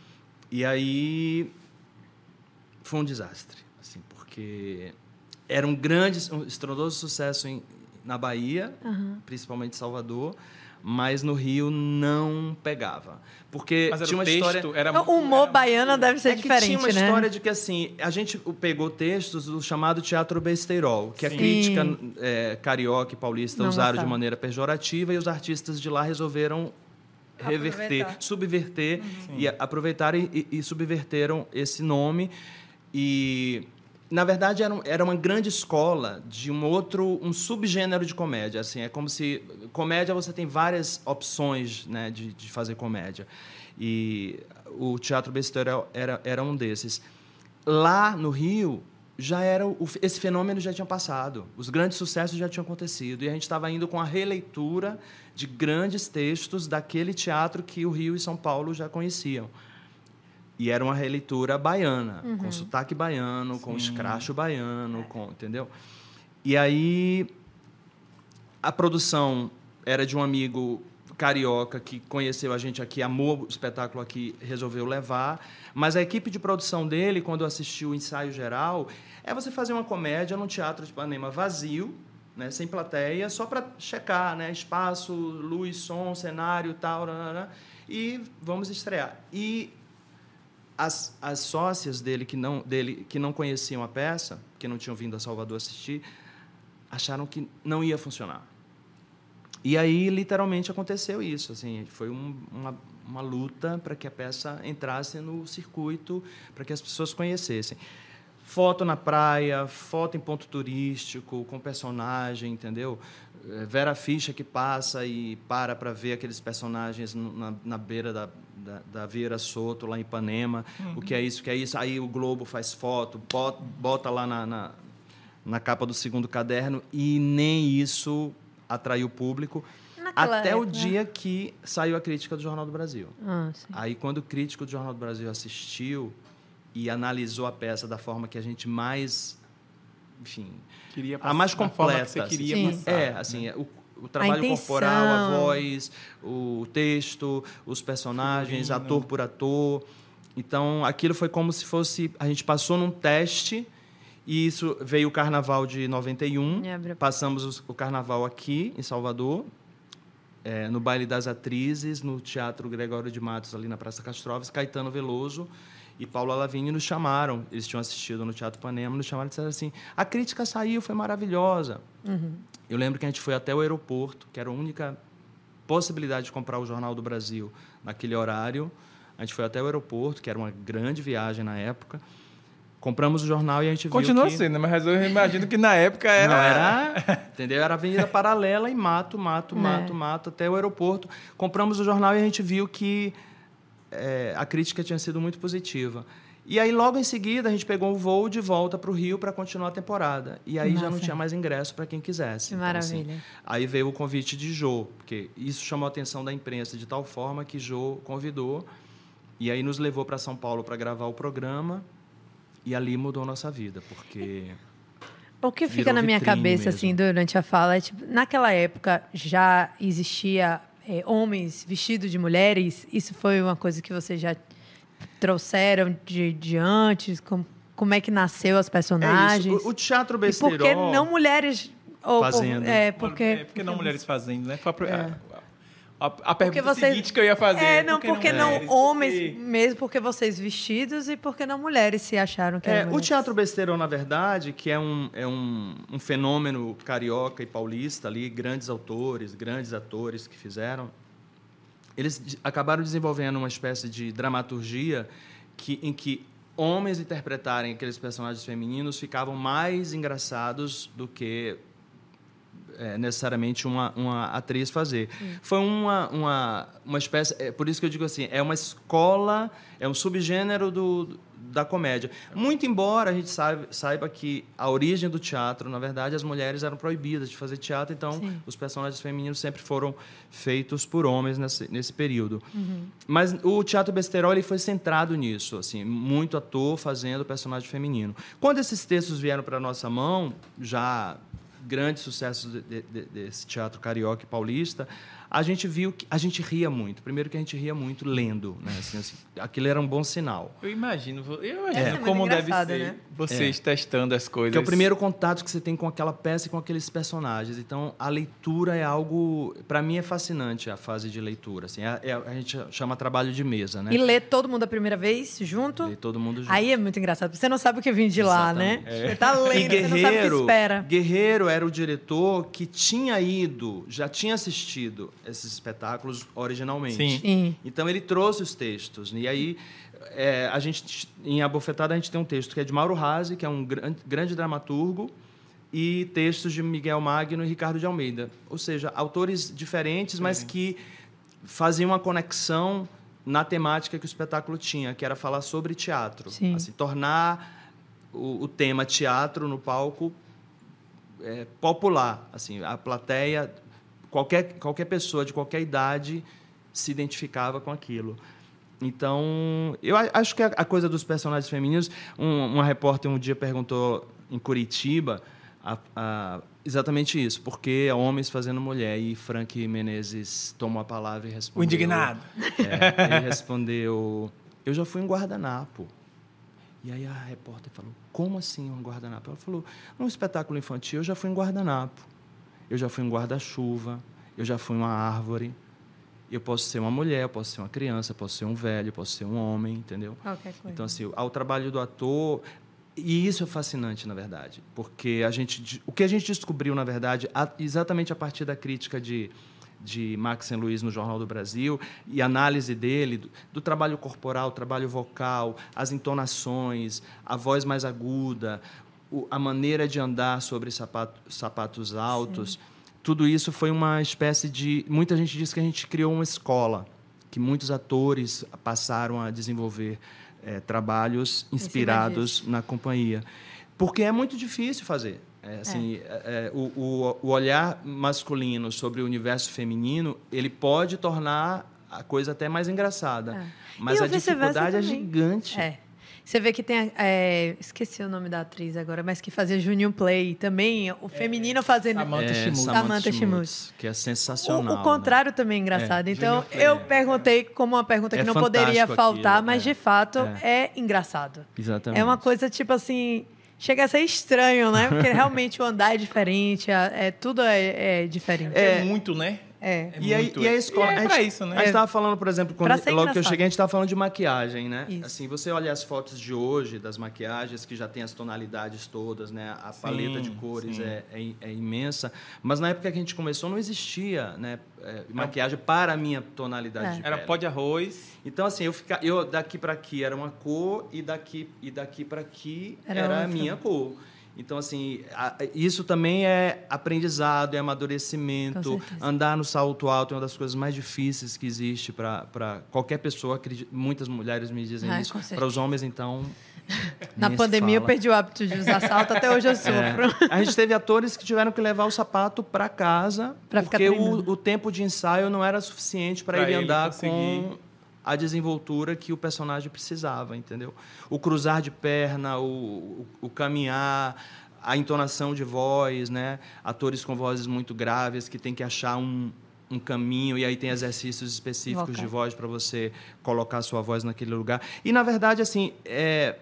E aí foi um desastre, assim, porque era um grande, um estrondoso sucesso em, na Bahia, uhum. principalmente em Salvador, mas no Rio não pegava. Porque mas era tinha uma texto, história... Era, o humor era, baiano deve ser é diferente, tinha uma né? história de que, assim, a gente pegou textos do chamado teatro besteirol, que Sim. a crítica é, carioca e paulista não usaram gostava. de maneira pejorativa e os artistas de lá resolveram reverter, aproveitar. subverter uhum. e aproveitar e, e subverteram esse nome. E... Na verdade, era, era uma grande escola de um outro, um subgênero de comédia. Assim, é como se... Comédia, você tem várias opções, né, de, de fazer comédia. E o Teatro Besteirol era, era um desses. Lá no Rio, já era o, esse fenômeno já tinha passado, os grandes sucessos já tinham acontecido, e a gente estava indo com a releitura de grandes textos daquele teatro que o Rio e São Paulo já conheciam. E era uma releitura baiana, uhum. com sotaque baiano, Sim. com escracho baiano, com, entendeu? E aí a produção era de um amigo carioca que conheceu a gente aqui, amou o espetáculo aqui, resolveu levar. Mas a equipe de produção dele, quando assistiu o ensaio geral, é você fazer uma comédia num teatro de Ipanema vazio, né, sem plateia, só para checar, né, espaço, luz, som, cenário, tal, e vamos estrear. E as, as sócias dele que, não, dele que não conheciam a peça, que não tinham vindo a Salvador assistir, acharam que não ia funcionar. E aí, literalmente, aconteceu isso. Assim, foi um, uma, uma luta para que a peça entrasse no circuito, para que as pessoas conhecessem. Foto na praia, foto em ponto turístico, com personagem, entendeu? Vera Fischer que passa e para para ver aqueles personagens na, na beira da, da, da Vieira Soto, lá em Ipanema. Uhum. O que é isso, o que é isso. Aí o Globo faz foto, bota, bota lá na, na, na capa do segundo caderno, e nem isso atraiu o público. Naquela até época, o dia que saiu a crítica do Jornal do Brasil. Ah, aí, quando o crítico do Jornal do Brasil assistiu e analisou a peça da forma que a gente mais, enfim, queria passar, a mais completa, que você queria assim, passar, é, né? assim, o, o trabalho a corporal, a voz, o texto, os personagens, Furino. ator por ator. Então, aquilo foi como se fosse, a gente passou num teste. E isso veio o Carnaval de noventa e um, passamos o Carnaval aqui, em Salvador, é, no Baile das Atrizes, no Teatro Gregório de Matos, ali na Praça Castro Alves. Caetano Veloso e Paula Lavigne nos chamaram, eles tinham assistido no Teatro Ipanema, nos chamaram e disseram assim, a crítica saiu, foi maravilhosa. Uhum. Eu lembro que a gente foi até o aeroporto, que era a única possibilidade de comprar o Jornal do Brasil naquele horário. A gente foi até o aeroporto, que era uma grande viagem na época. Compramos o jornal e a gente Continua viu que... sendo, mas eu imagino que na época era... Não, era... Entendeu? Era avenida paralela e mato, mato, mato, é. mato, até o aeroporto. Compramos o jornal e a gente viu que é, a crítica tinha sido muito positiva. E aí, logo em seguida, a gente pegou um voo de volta para o Rio para continuar a temporada. E aí Nossa. já não tinha mais ingresso para quem quisesse. Que então, maravilha. Assim, aí veio o convite de Jô, porque isso chamou a atenção da imprensa de tal forma que Jô convidou e aí nos levou para São Paulo para gravar o programa. E ali mudou a nossa vida, porque... O que fica na minha cabeça, mesmo. assim, durante a fala, é, tipo, naquela época já existia é, homens vestidos de mulheres? Isso foi uma coisa que vocês já trouxeram de, de antes? Como, como é que nasceu as personagens? É isso. O, o teatro besterol... E por que não mulheres... Ou, fazendo. Ou, é, porque, é, porque não porque mulheres fazendo, né? Foi a, é. a, a pergunta vocês, seguinte que eu ia fazer. É, não, porque não, não não homens, porque... mesmo porque vocês vestidos, e porque não mulheres se acharam que eram é, O teatro besterol, na verdade, que é, um, é um, um fenômeno carioca e paulista, ali, grandes autores, grandes atores que fizeram, eles acabaram desenvolvendo uma espécie de dramaturgia que, em que homens interpretarem aqueles personagens femininos ficavam mais engraçados do que... É, necessariamente uma, uma atriz fazer. Sim. Foi uma, uma, uma espécie... É por isso que eu digo assim, é uma escola, é um subgênero do, da comédia. Muito embora a gente saiba, saiba que a origem do teatro, na verdade, as mulheres eram proibidas de fazer teatro, então Sim. os personagens femininos sempre foram feitos por homens nesse, nesse período. Uhum. Mas o teatro besterol ele foi centrado nisso, assim, muito ator fazendo personagem feminino. Quando esses textos vieram para a nossa mão, já... grandes sucessos de, de, de, desse teatro carioca e paulista, a gente viu que a gente ria muito. Primeiro que a gente ria muito lendo, né? Assim, assim, aquilo era um bom sinal. Eu imagino, eu imagino é. como deve ser né? vocês é. testando as coisas. Que é o primeiro contato que você tem com aquela peça e com aqueles personagens. Então, a leitura é algo... Para mim, é fascinante a fase de leitura. Assim, é, é, a gente chama trabalho de mesa, né? E ler todo mundo a primeira vez, junto? Ler todo mundo junto. Aí é muito engraçado. Você não sabe o que vem de lá, Exatamente. né? É. Você tá lendo, Guerreiro, você não sabe o que espera. Guerreiro era o diretor que tinha ido, já tinha assistido esses espetáculos originalmente. Sim. Sim. Então, ele trouxe os textos. E aí, é, a gente, em A Bofetada, a gente tem um texto que é de Mauro Razzi, que é um grande, grande dramaturgo, e textos de Miguel Magno e Ricardo de Almeida. Ou seja, autores diferentes, Sim. mas que faziam uma conexão na temática que o espetáculo tinha, que era falar sobre teatro. Sim. Assim, tornar o, o tema teatro no palco é, popular. Assim, a plateia, qualquer, qualquer pessoa de qualquer idade se identificava com aquilo. Então, eu acho que a coisa dos personagens femininos... Um, uma repórter um dia perguntou em Curitiba a, a, exatamente isso. Por que homens fazendo mulher? E Frank Menezes tomou a palavra e respondeu... O indignado. É, ele respondeu... Eu já fui um guardanapo. E aí a repórter falou... Como assim um guardanapo? Ela falou... Num espetáculo infantil, eu já fui um guardanapo. Eu já fui um guarda-chuva. Eu já fui uma árvore. Eu posso ser uma mulher, eu posso ser uma criança, eu posso ser um velho, eu posso ser um homem, entendeu? Qualquer coisa. Então, assim, ao trabalho do ator... E isso é fascinante, na verdade, porque a gente, o que a gente descobriu, na verdade, a, exatamente a partir da crítica de, de Max Saint Louis no Jornal do Brasil e análise dele, do, do trabalho corporal, trabalho vocal, as entonações, a voz mais aguda, o, a maneira de andar sobre sapato, sapatos altos... Sim. Tudo isso foi uma espécie de... Muita gente diz que a gente criou uma escola, que muitos atores passaram a desenvolver é, trabalhos inspirados na companhia. Porque é muito difícil fazer. É, assim, é. É, o, o, o olhar masculino sobre o universo feminino, ele pode tornar a coisa até mais engraçada. É. Mas e a dificuldade é gigante. É. Você vê que tem... É, esqueci o nome da atriz agora, mas que fazia Junior Play também. O feminino é, fazendo... Samantha é, Schmutz. Samantha Schmutz, que é sensacional. O, o contrário, né? Também é engraçado. É, então, eu perguntei como uma pergunta que é não poderia faltar, aquilo, mas, é, de fato, é. é engraçado. Exatamente. É uma coisa, tipo assim... Chega a ser estranho, né? Porque realmente o andar é diferente, é, tudo é, é diferente. É, é muito, né? É. é e, a, e a escola... E é pra isso, né? A gente estava falando, por exemplo, quando, logo engraçado. que eu cheguei, a gente estava falando de maquiagem, né? Isso. Assim, você olha as fotos de hoje, das maquiagens, que já tem as tonalidades todas, né? A sim, paleta de cores é, é, é imensa. Mas na época que a gente começou, não existia, né? É, maquiagem para a minha tonalidade é. de pele. Era pó de arroz. Então, assim, eu, fica, eu daqui para aqui era uma cor e daqui, e daqui para aqui era, era a minha cor. Então, assim, isso também é aprendizado, é amadurecimento. Andar no salto alto é uma das coisas mais difíceis que existe para qualquer pessoa. Muitas mulheres me dizem Ai, isso. Para os homens, então... Na pandemia, eu perdi o hábito de usar salto, até hoje eu sofro. É. A gente teve atores que tiveram que levar o sapato para casa, pra porque o, o tempo de ensaio não era suficiente para ele, ele andar conseguir. com... a desenvoltura que o personagem precisava, entendeu? O cruzar de perna, o, o, o caminhar, a entonação de voz, né? Atores com vozes muito graves que tem que achar um, um caminho e aí tem exercícios específicos okay. de voz para você colocar a sua voz naquele lugar. E, na verdade, assim, é,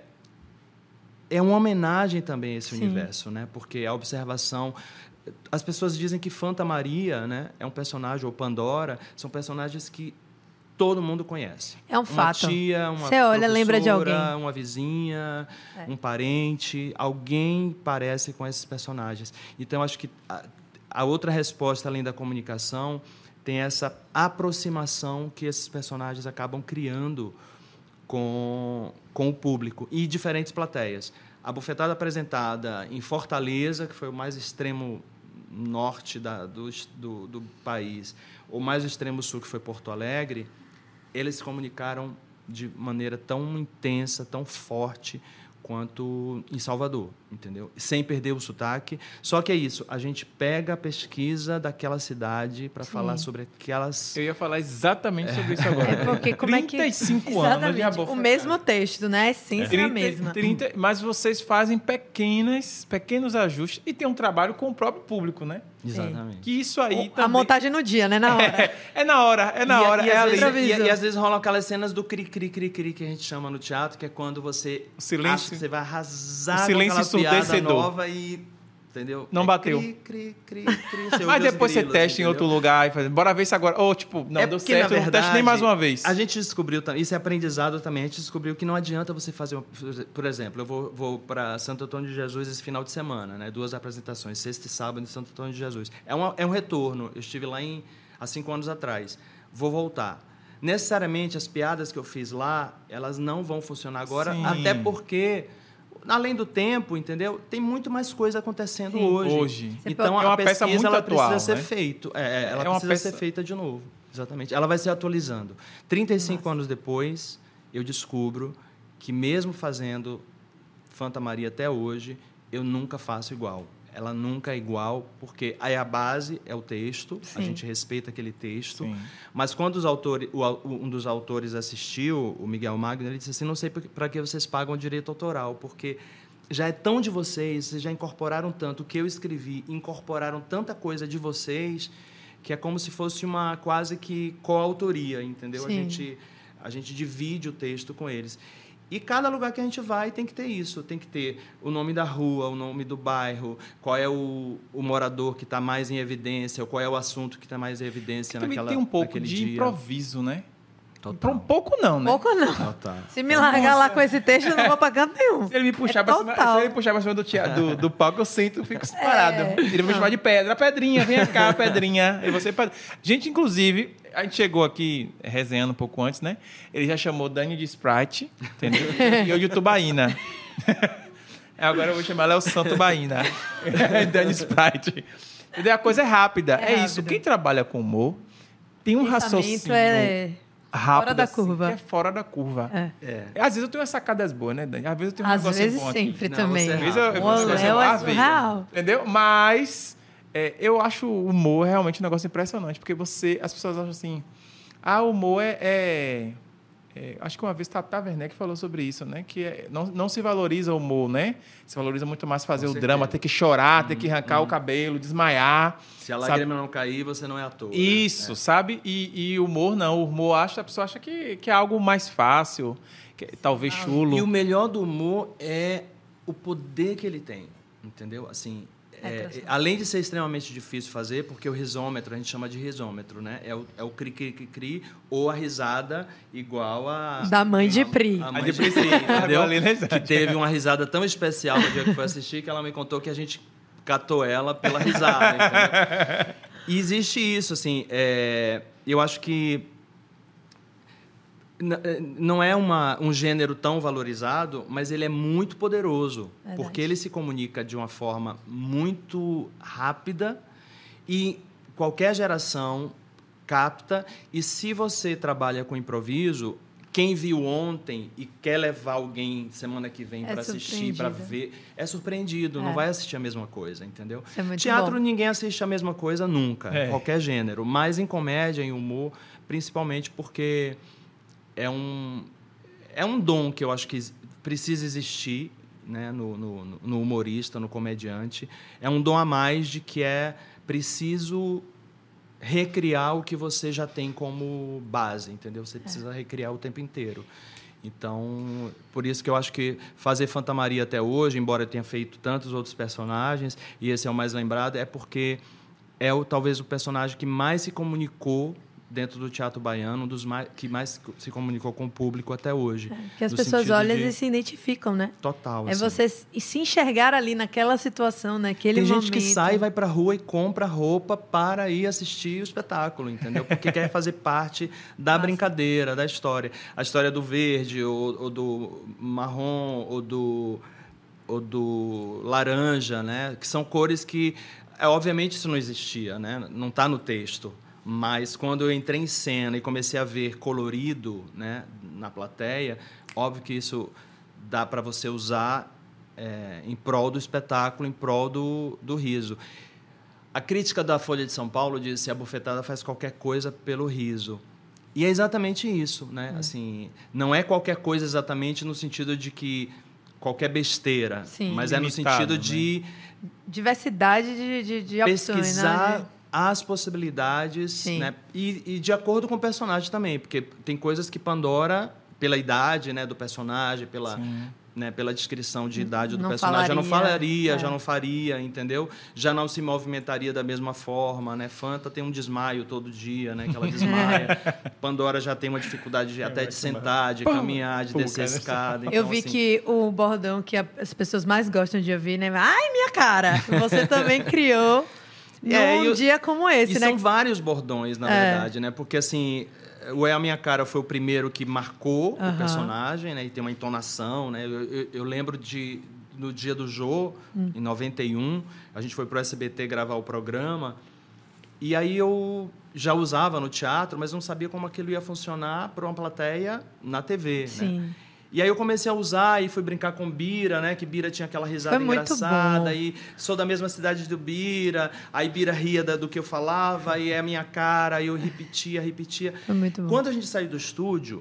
é uma homenagem também a esse Sim. universo, né? Porque a observação... As pessoas dizem que Fanta Maria, né, é um personagem, ou Pandora, são personagens que todo mundo conhece. É um uma fato. Uma tia, uma Você olha, lembra de alguém. Uma vizinha, é. um parente. Alguém parece com esses personagens. Então, acho que a, a outra resposta, além da comunicação, tem essa aproximação que esses personagens acabam criando com, com o público. E diferentes plateias. A bufetada apresentada em Fortaleza, que foi o mais extremo norte da, do, do, do país, o mais extremo sul, que foi Porto Alegre, eles se comunicaram de maneira tão intensa, tão forte, quanto em Salvador, entendeu? Sem perder o sotaque. Só que é isso, a gente pega a pesquisa daquela cidade para falar sobre aquelas... Eu ia falar exatamente sobre isso agora. É porque como é que... trinta e cinco anos de o mesmo texto, né? A essência é a mesma. trinta, mas vocês fazem pequenas, pequenos ajustes e tem um trabalho com o próprio público, né? Exatamente. Que isso aí o, também... A montagem no dia, né? Na hora. É, é na hora, é na e, hora. E, é às ali. vezes, e, e às vezes rolam aquelas cenas do cri, cri, cri, cri, que a gente chama no teatro, que é quando você o silêncio, acha que você vai arrasar o silêncio com aquela piada ensurdecedor. nova e... Entendeu? Não é bateu. Cri, cri, cri, cri, mas depois você testa entendeu? Em outro lugar e faz. Bora ver se agora. Ou, oh, tipo, não, é deu porque, certo, verdade, não teste nem mais uma vez. A gente descobriu também, isso é aprendizado também, a gente descobriu que não adianta você fazer. Uma, por exemplo, eu vou, vou para Santo Antônio de Jesus esse final de semana, né? Duas apresentações, sexta e sábado em Santo Antônio de Jesus. É, uma, é um retorno. Eu estive lá em, há cinco anos atrás. Vou voltar. Necessariamente, as piadas que eu fiz lá, elas não vão funcionar agora, Sim. até porque. Além do tempo, entendeu? Tem muito mais coisa acontecendo Sim. hoje. hoje. Então, é uma a pesquisa peça muito ela atual, precisa né? ser feita. É, ela é uma precisa peça... ser feita de novo. Exatamente. Ela vai se atualizando. trinta e cinco Nossa. Anos depois, eu descubro que, mesmo fazendo Fanta Maria até hoje, eu nunca faço igual. Ela nunca é igual, porque aí a base é o texto, Sim. a gente respeita aquele texto. Sim. Mas quando os autores, o, um dos autores assistiu, o Miguel Magno, ele disse assim, não sei para que vocês pagam o direito autoral, porque já é tão de vocês, vocês já incorporaram tanto, o que eu escrevi, incorporaram tanta coisa de vocês, que é como se fosse uma quase que coautoria, entendeu? A gente, a gente divide o texto com eles. E cada lugar que a gente vai tem que ter isso, tem que ter o nome da rua, o nome do bairro, qual é o, o morador que está mais em evidência, qual é o assunto que está mais em evidência naquela naquela tem um pouco de dia. improviso, né? Total. Um pouco não, né? Pouco não. Total. Se me largar Nossa. lá com esse texto, eu não vou pra canto nenhum. Se ele me puxar, é pra, cima, se ele puxar pra cima do, do, do palco, eu sinto, eu fico separado. É. Ele vai me chamar de pedra. Pedrinha, vem cá, pedrinha. E você... Gente, inclusive, a gente chegou aqui resenhando um pouco antes, né? Ele já chamou Dani de Sprite, entendeu? E eu de Tubaína. Agora eu vou chamar Léo Santo Baína. Dani Sprite. Entendeu? A coisa é rápida. É, é isso. Quem trabalha com humor tem um raciocínio... É... rápido, fora da assim, curva. Que é fora da curva. É. É. Às vezes eu tenho umas sacadas boas, né, Dani? Às vezes eu tenho um Às negócio vezes bom sempre aqui. também. Não, Às vezes eu, eu o Léo é surreal. Entendeu? Mas é, eu acho o humor realmente um negócio impressionante, porque você, as pessoas acham assim, ah, o humor é... é, é acho que uma vez Tata Werneck falou sobre isso, né? Que é, não, não se valoriza o humor, né? Se valoriza muito mais fazer Com o certeza. drama, ter que chorar, hum, ter que arrancar hum. o cabelo, desmaiar. Se a lágrima não cair, você não é ator. Isso, né? sabe? E, e o humor não. O humor, acha, a pessoa acha que, que é algo mais fácil, que, talvez ah, chulo. E o melhor do humor é o poder que ele tem, entendeu? Assim, é, é, além de ser extremamente difícil fazer, porque o risômetro, a gente chama de risômetro, né? É o, é o cri-cri-cri-cri ou a risada igual a... Da mãe de Pri. A mãe de Pri, entendeu? Que teve uma risada tão especial no dia que foi assistir, que ela me contou que a gente... catou ela pela risada, entendeu? E existe isso, assim, é, eu acho que não é uma, um gênero tão valorizado, mas ele é muito poderoso, Verdade. porque ele se comunica de uma forma muito rápida e qualquer geração capta, e se você trabalha com improviso... Quem viu ontem e quer levar alguém semana que vem é para assistir, para ver, é surpreendido, é. não vai assistir a mesma coisa, entendeu? Isso é muito Teatro, bom. ninguém assiste a mesma coisa nunca, é. qualquer gênero. Mas em comédia, em humor, principalmente porque é um, é um dom que eu acho que precisa existir, né, no, no, no humorista, no comediante. É um dom a mais de que é preciso... recriar o que você já tem como base, entendeu? Você precisa é. recriar o tempo inteiro. Então, por isso que eu acho que fazer Fanta Maria até hoje, embora eu tenha feito tantos outros personagens, e esse é o mais lembrado, é porque é o, talvez o personagem que mais se comunicou dentro do teatro baiano, um dos mais, que mais se comunicou com o público até hoje. É, que as pessoas olham de... e se identificam, né? Total. É assim. você se enxergar ali naquela situação, naquele Tem momento. gente que sai, vai para a rua e compra roupa para ir assistir o espetáculo, entendeu? Porque quer fazer parte da Nossa. brincadeira, da história. A história do verde, ou, ou do marrom, ou do, ou do laranja, né? Que são cores que, obviamente, isso não existia, né? Não está no texto. Mas, quando eu entrei em cena e comecei a ver colorido, né, na plateia, óbvio que isso dá para você usar é, em prol do espetáculo, em prol do, do riso. A crítica da Folha de São Paulo diz que a bufetada faz qualquer coisa pelo riso. E é exatamente isso. Né? É. Assim, não é qualquer coisa exatamente no sentido de que qualquer besteira, Sim. mas Limitado, é no sentido né? de... Diversidade de, de, de opções. Pesquisar... Né? as possibilidades, né? e, e de acordo com o personagem também, porque tem coisas que Pandora, pela idade, né, do personagem, pela, né, pela descrição de idade do não personagem, falaria, já não falaria, é. já não faria, entendeu? Já não se movimentaria da mesma forma, né? Fanta tem um desmaio todo dia, né, que ela desmaia. Pandora já tem uma dificuldade de, até de sentar, de caminhar, de descer a escada. Então, eu vi assim... que o bordão que as pessoas mais gostam de ouvir, né? Ai, minha cara! Você também criou... Num é, eu, dia como esse, e né? são vários bordões, na é. verdade, né? Porque, assim, o É a Minha Cara foi o primeiro que marcou uh-huh. o personagem, né? E tem uma entonação, né? Eu, eu, eu lembro de, no dia do Jô, hum. em noventa e um, a gente foi para o S B T gravar o programa, e aí eu já usava no teatro, mas não sabia como aquilo ia funcionar para uma plateia na T V, Sim. né? E aí eu comecei a usar e fui brincar com Bira, né? Que Bira tinha aquela risada Foi muito engraçada. bom. E sou da mesma cidade do Bira. Aí Bira ria da, do que eu falava, aí é a minha cara, aí eu repetia, repetia. Foi muito bom. Quando a gente saiu do estúdio,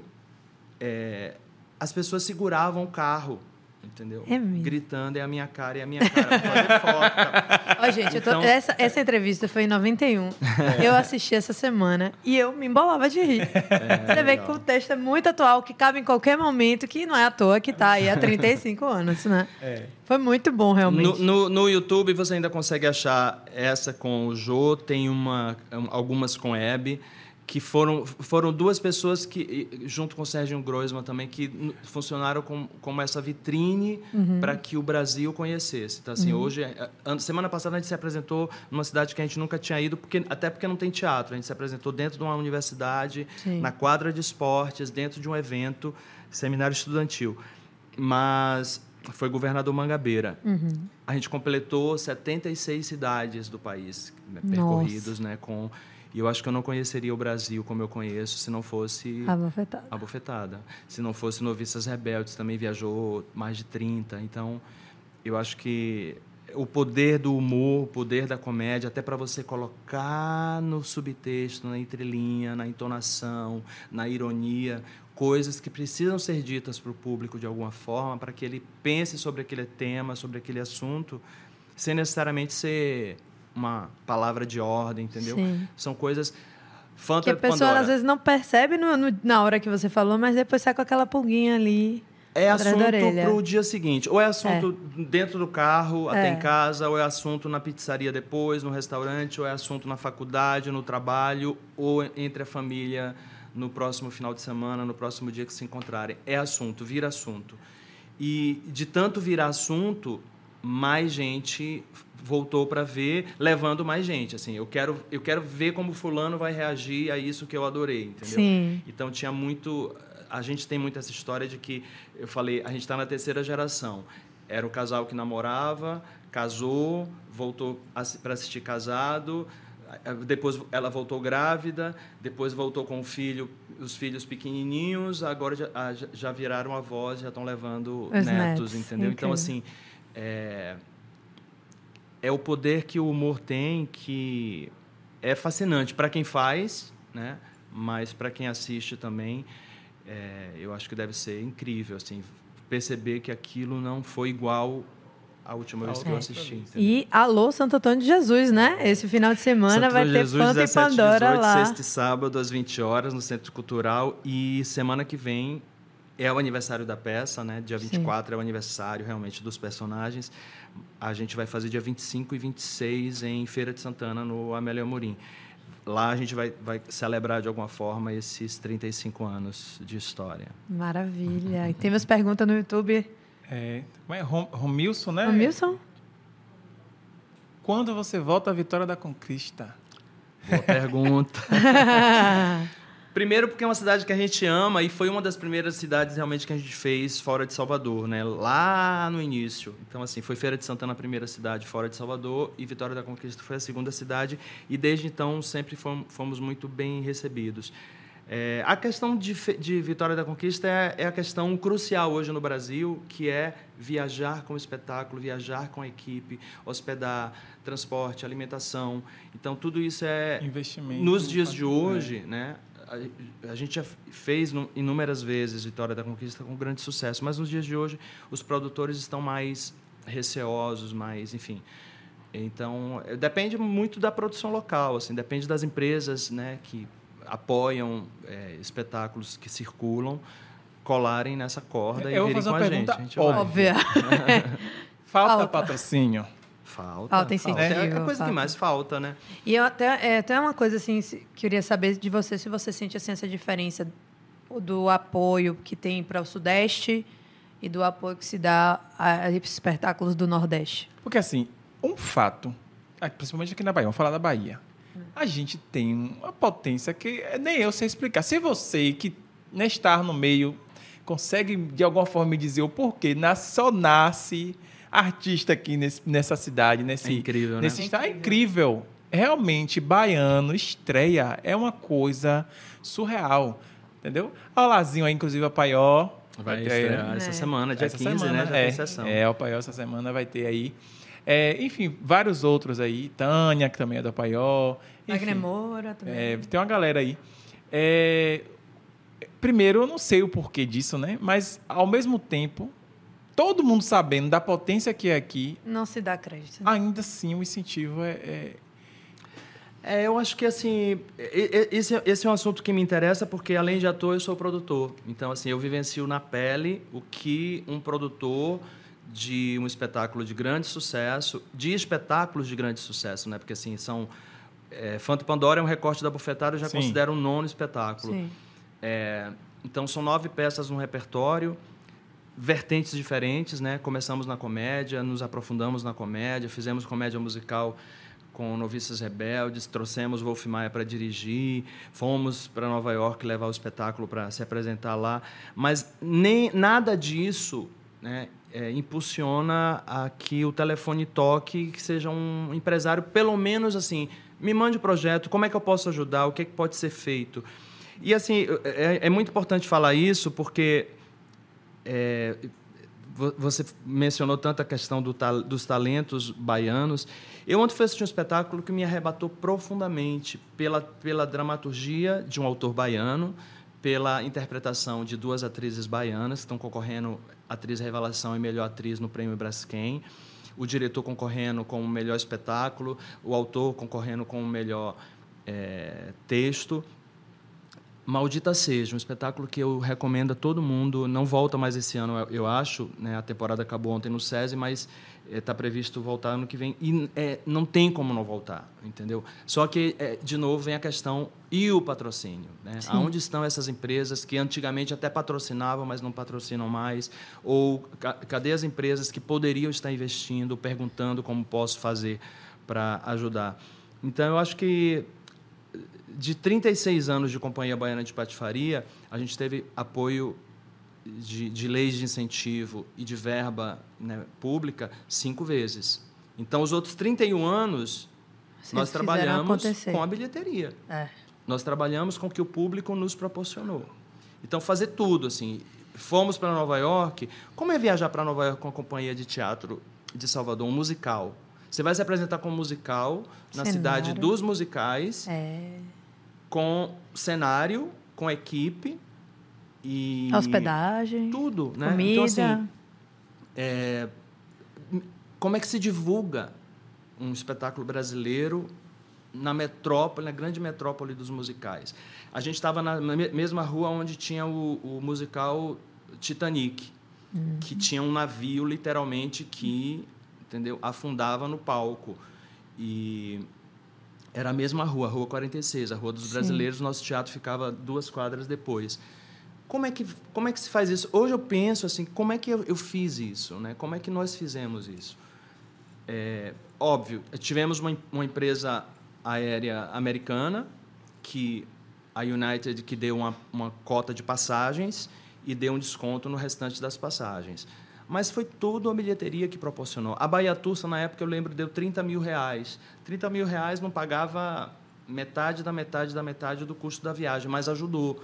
é, as pessoas seguravam o carro, entendeu? É mesmo. Gritando, é a minha cara, é a minha cara, pra fazer foto. Tá? Ó, gente, eu tô- Então- essa, essa entrevista foi em noventa e um. Eu assisti essa semana e eu me embolava de rir. Você vê que o texto é muito atual, que cabe em qualquer momento, que não é à toa que tá aí há trinta e cinco anos, né? É. Foi muito bom, realmente. No, no, no YouTube você ainda consegue achar essa com o Jô, tem uma, algumas com Hebe, que foram, foram duas pessoas que, junto com o Serginho Groisman também, que n- funcionaram com, como essa vitrine para que o Brasil conhecesse. Então, assim, hoje, a- a- semana passada a gente se apresentou numa cidade que a gente nunca tinha ido, porque, até porque não tem teatro. A gente se apresentou dentro de uma universidade, Sim. na quadra de esportes, dentro de um evento, seminário estudantil. Mas foi governador Mangabeira. A gente completou setenta e seis cidades do país, né, Nossa. percorridos, né, com... E eu acho que eu não conheceria o Brasil como eu conheço se não fosse A bofetada. a Bofetada. Se não fosse Noviças Rebeldes, também viajou mais de trinta. Então, eu acho que o poder do humor, o poder da comédia, até para você colocar no subtexto, na entrelinha, na entonação, na ironia, coisas que precisam ser ditas para o público de alguma forma, para que ele pense sobre aquele tema, sobre aquele assunto, sem necessariamente ser uma palavra de ordem, entendeu? Sim. São coisas... Que Fanta a pessoa, Pandora. às vezes, não percebe no- no- na hora que você falou, mas depois sai com aquela pulguinha ali. É atrás da assunto orelha. para o dia seguinte. Ou é assunto dentro do carro, até É. em casa, ou é assunto na pizzaria depois, no restaurante, ou é assunto na faculdade, no trabalho, ou entre a família no próximo final de semana, no próximo dia que se encontrarem. É assunto, vira assunto. E de tanto virar assunto, mais gente voltou para ver, levando mais gente. Assim, eu quero, eu quero ver como fulano vai reagir a isso que eu adorei, entendeu? Sim. Então tinha muito, a gente tem muito essa história de que eu falei, a gente está na terceira geração. Era o casal que namorava, casou, voltou para assistir casado, depois ela voltou grávida, depois voltou com o filho, os filhos pequenininhos, agora já, já viraram avós, já estão levando Os netos, netos, entendeu? Então, incrível. assim, é, é o poder que o humor tem, que é fascinante para quem faz, né? Mas para quem assiste também, é, eu acho que deve ser incrível, assim, perceber que aquilo não foi igual à última vez que eu assisti. Entendeu? E alô, Santo Antônio de Jesus, né? Esse final de semana Santo vai ter Jesus, Fanta e dezessete, Pandora dezoito, lá. Sexta e sábado, às vinte horas, no Centro Cultural. E semana que vem é o aniversário da peça, né? Dia vinte e quatro é o aniversário, realmente, dos personagens. A gente vai fazer dia vinte e cinco e vinte e seis em Feira de Santana, no Amélia Amorim. Lá a gente vai, vai celebrar, de alguma forma, esses trinta e cinco anos de história. Maravilha. E temos pergunta no YouTube. É, como é? Rom, Romilson, né? Romilson? Quando você volta à Vitória da Conquista? Boa pergunta. Primeiro porque é uma cidade que a gente ama e foi uma das primeiras cidades realmente que a gente fez fora de Salvador, né? Lá no início. Então, assim, foi Feira de Santana a primeira cidade fora de Salvador e Vitória da Conquista foi a segunda cidade. E desde então sempre fomos, fomos muito bem recebidos. É, a questão de, de Vitória da Conquista é, é a questão crucial hoje no Brasil, que é viajar com o espetáculo, viajar com a equipe, hospedar, transporte, alimentação. Então, tudo isso é... Investimento. Nos dias de hoje, né? A, a gente já fez inúmeras vezes Vitória da Conquista com grande sucesso, mas nos dias de hoje os produtores estão mais receosos, mais, enfim... Então, depende muito da produção local, assim, depende das empresas, né, que apoiam é, espetáculos que circulam, colarem nessa corda Eu e virem com a gente. A gente vai. Óbvia. Falta, Falta. patrocínio. Falta. Falta incentivo, É a coisa falta. que mais falta, né? E eu até, é, até uma coisa assim, se- queria saber de você se você sente assim, essa diferença do apoio que tem para o Sudeste e do apoio que se dá a, a espetáculos do Nordeste. Porque, assim, um fato, ah, principalmente aqui na Bahia, vamos falar da Bahia. A gente tem uma potência que nem eu sei explicar. Se você, que nem estar no meio, consegue, de alguma forma, me dizer o porquê, nas- só nasce artista aqui nesse, nessa cidade, nesse, É incrível, né? nesse estado. É incrível. Realmente, baiano, estreia, é uma coisa surreal. Entendeu? Olha o Lazinho aí, inclusive, a Paió. Vai, vai estrear essa é. semana, dia essa quinze, semana, né? Já é, tem sessão. É, o Paiol essa semana vai ter aí. É, enfim, vários outros aí. Tânia, que também é do Paiol. Wagner Moura também. É, tem uma galera aí. É, primeiro, eu não sei o porquê disso, né? Mas, ao mesmo tempo, todo mundo sabendo da potência que é aqui... Não se dá crédito. Ainda assim, o incentivo é... é... É, eu acho que, assim, esse, esse é um assunto que me interessa porque, além de ator, eu sou produtor. Então, assim, eu vivencio na pele o que um produtor de um espetáculo de grande sucesso, de espetáculos de grande sucesso, né? Porque, assim, são... É, Fanta Pandora é um recorte da bufetada, eu já Sim. considero um nono espetáculo. Sim. É, então, são nove peças no repertório, vertentes diferentes, né? Começamos na comédia, nos aprofundamos na comédia, fizemos comédia musical com Noviças Rebeldes, trouxemos Wolf Maia para dirigir, fomos para Nova York levar o espetáculo para se apresentar lá, mas nem nada disso, né, é, impulsiona a que o telefone toque, que seja um empresário, pelo menos assim, me mande o projeto, como é que eu posso ajudar, o que, é que pode ser feito. E assim, é, é muito importante falar isso, porque é, você mencionou tanto a questão do, dos talentos baianos. Eu ontem fui assistir um espetáculo que me arrebatou profundamente pela, pela dramaturgia de um autor baiano, pela interpretação de duas atrizes baianas que estão concorrendo, atriz revelação e melhor atriz no Prêmio Braskem, o diretor concorrendo com o melhor espetáculo, o autor concorrendo com o melhor é, texto. Maldita Seja, um espetáculo que eu recomendo a todo mundo. Não volta mais esse ano, eu acho, né? A temporada acabou ontem no SESI, mas está é, previsto voltar ano que vem. E é, não tem como não voltar, entendeu? Só que, é, de novo, vem a questão e o patrocínio, né? Aonde estão essas empresas que antigamente até patrocinavam, mas não patrocinam mais? Ou ca cadê as empresas que poderiam estar investindo, perguntando como posso fazer para ajudar? Então, eu acho que de trinta e seis anos de Companhia Baiana de Patifaria, a gente teve apoio de, de leis de incentivo e de verba, né, pública cinco vezes. Então, os outros trinta e um anos, Vocês nós trabalhamos com a bilheteria. É. Nós trabalhamos com o que o público nos proporcionou. Então, fazer tudo. Assim, fomos para Nova York. Como é viajar para Nova York com a Companhia de Teatro de Salvador, um musical? Você vai se apresentar com um musical na Cenário. Cidade dos musicais, é. com cenário, com equipe e... hospedagem, tudo, né? comida. Então, assim, é, como é que se divulga um espetáculo brasileiro na metrópole, na grande metrópole dos musicais? A gente estava na mesma rua onde tinha o, o musical Titanic, uhum. que tinha um navio, literalmente, que... entendeu? Afundava no palco. E era a mesma rua, a Rua quarenta e seis, a Rua dos Sim. Brasileiros. Nosso teatro ficava duas quadras depois. Como é que, como é que se faz isso? Hoje eu penso assim, como é que eu, eu fiz isso? Né? Como é que nós fizemos isso? É, óbvio, tivemos uma, uma empresa aérea americana, que a United, que deu uma, uma cota de passagens e deu um desconto no restante das passagens. Mas foi tudo a bilheteria que proporcionou. A Baiatursa, na época, eu lembro, deu trinta mil reais. trinta mil reais não pagava metade da metade da metade do custo da viagem, mas ajudou.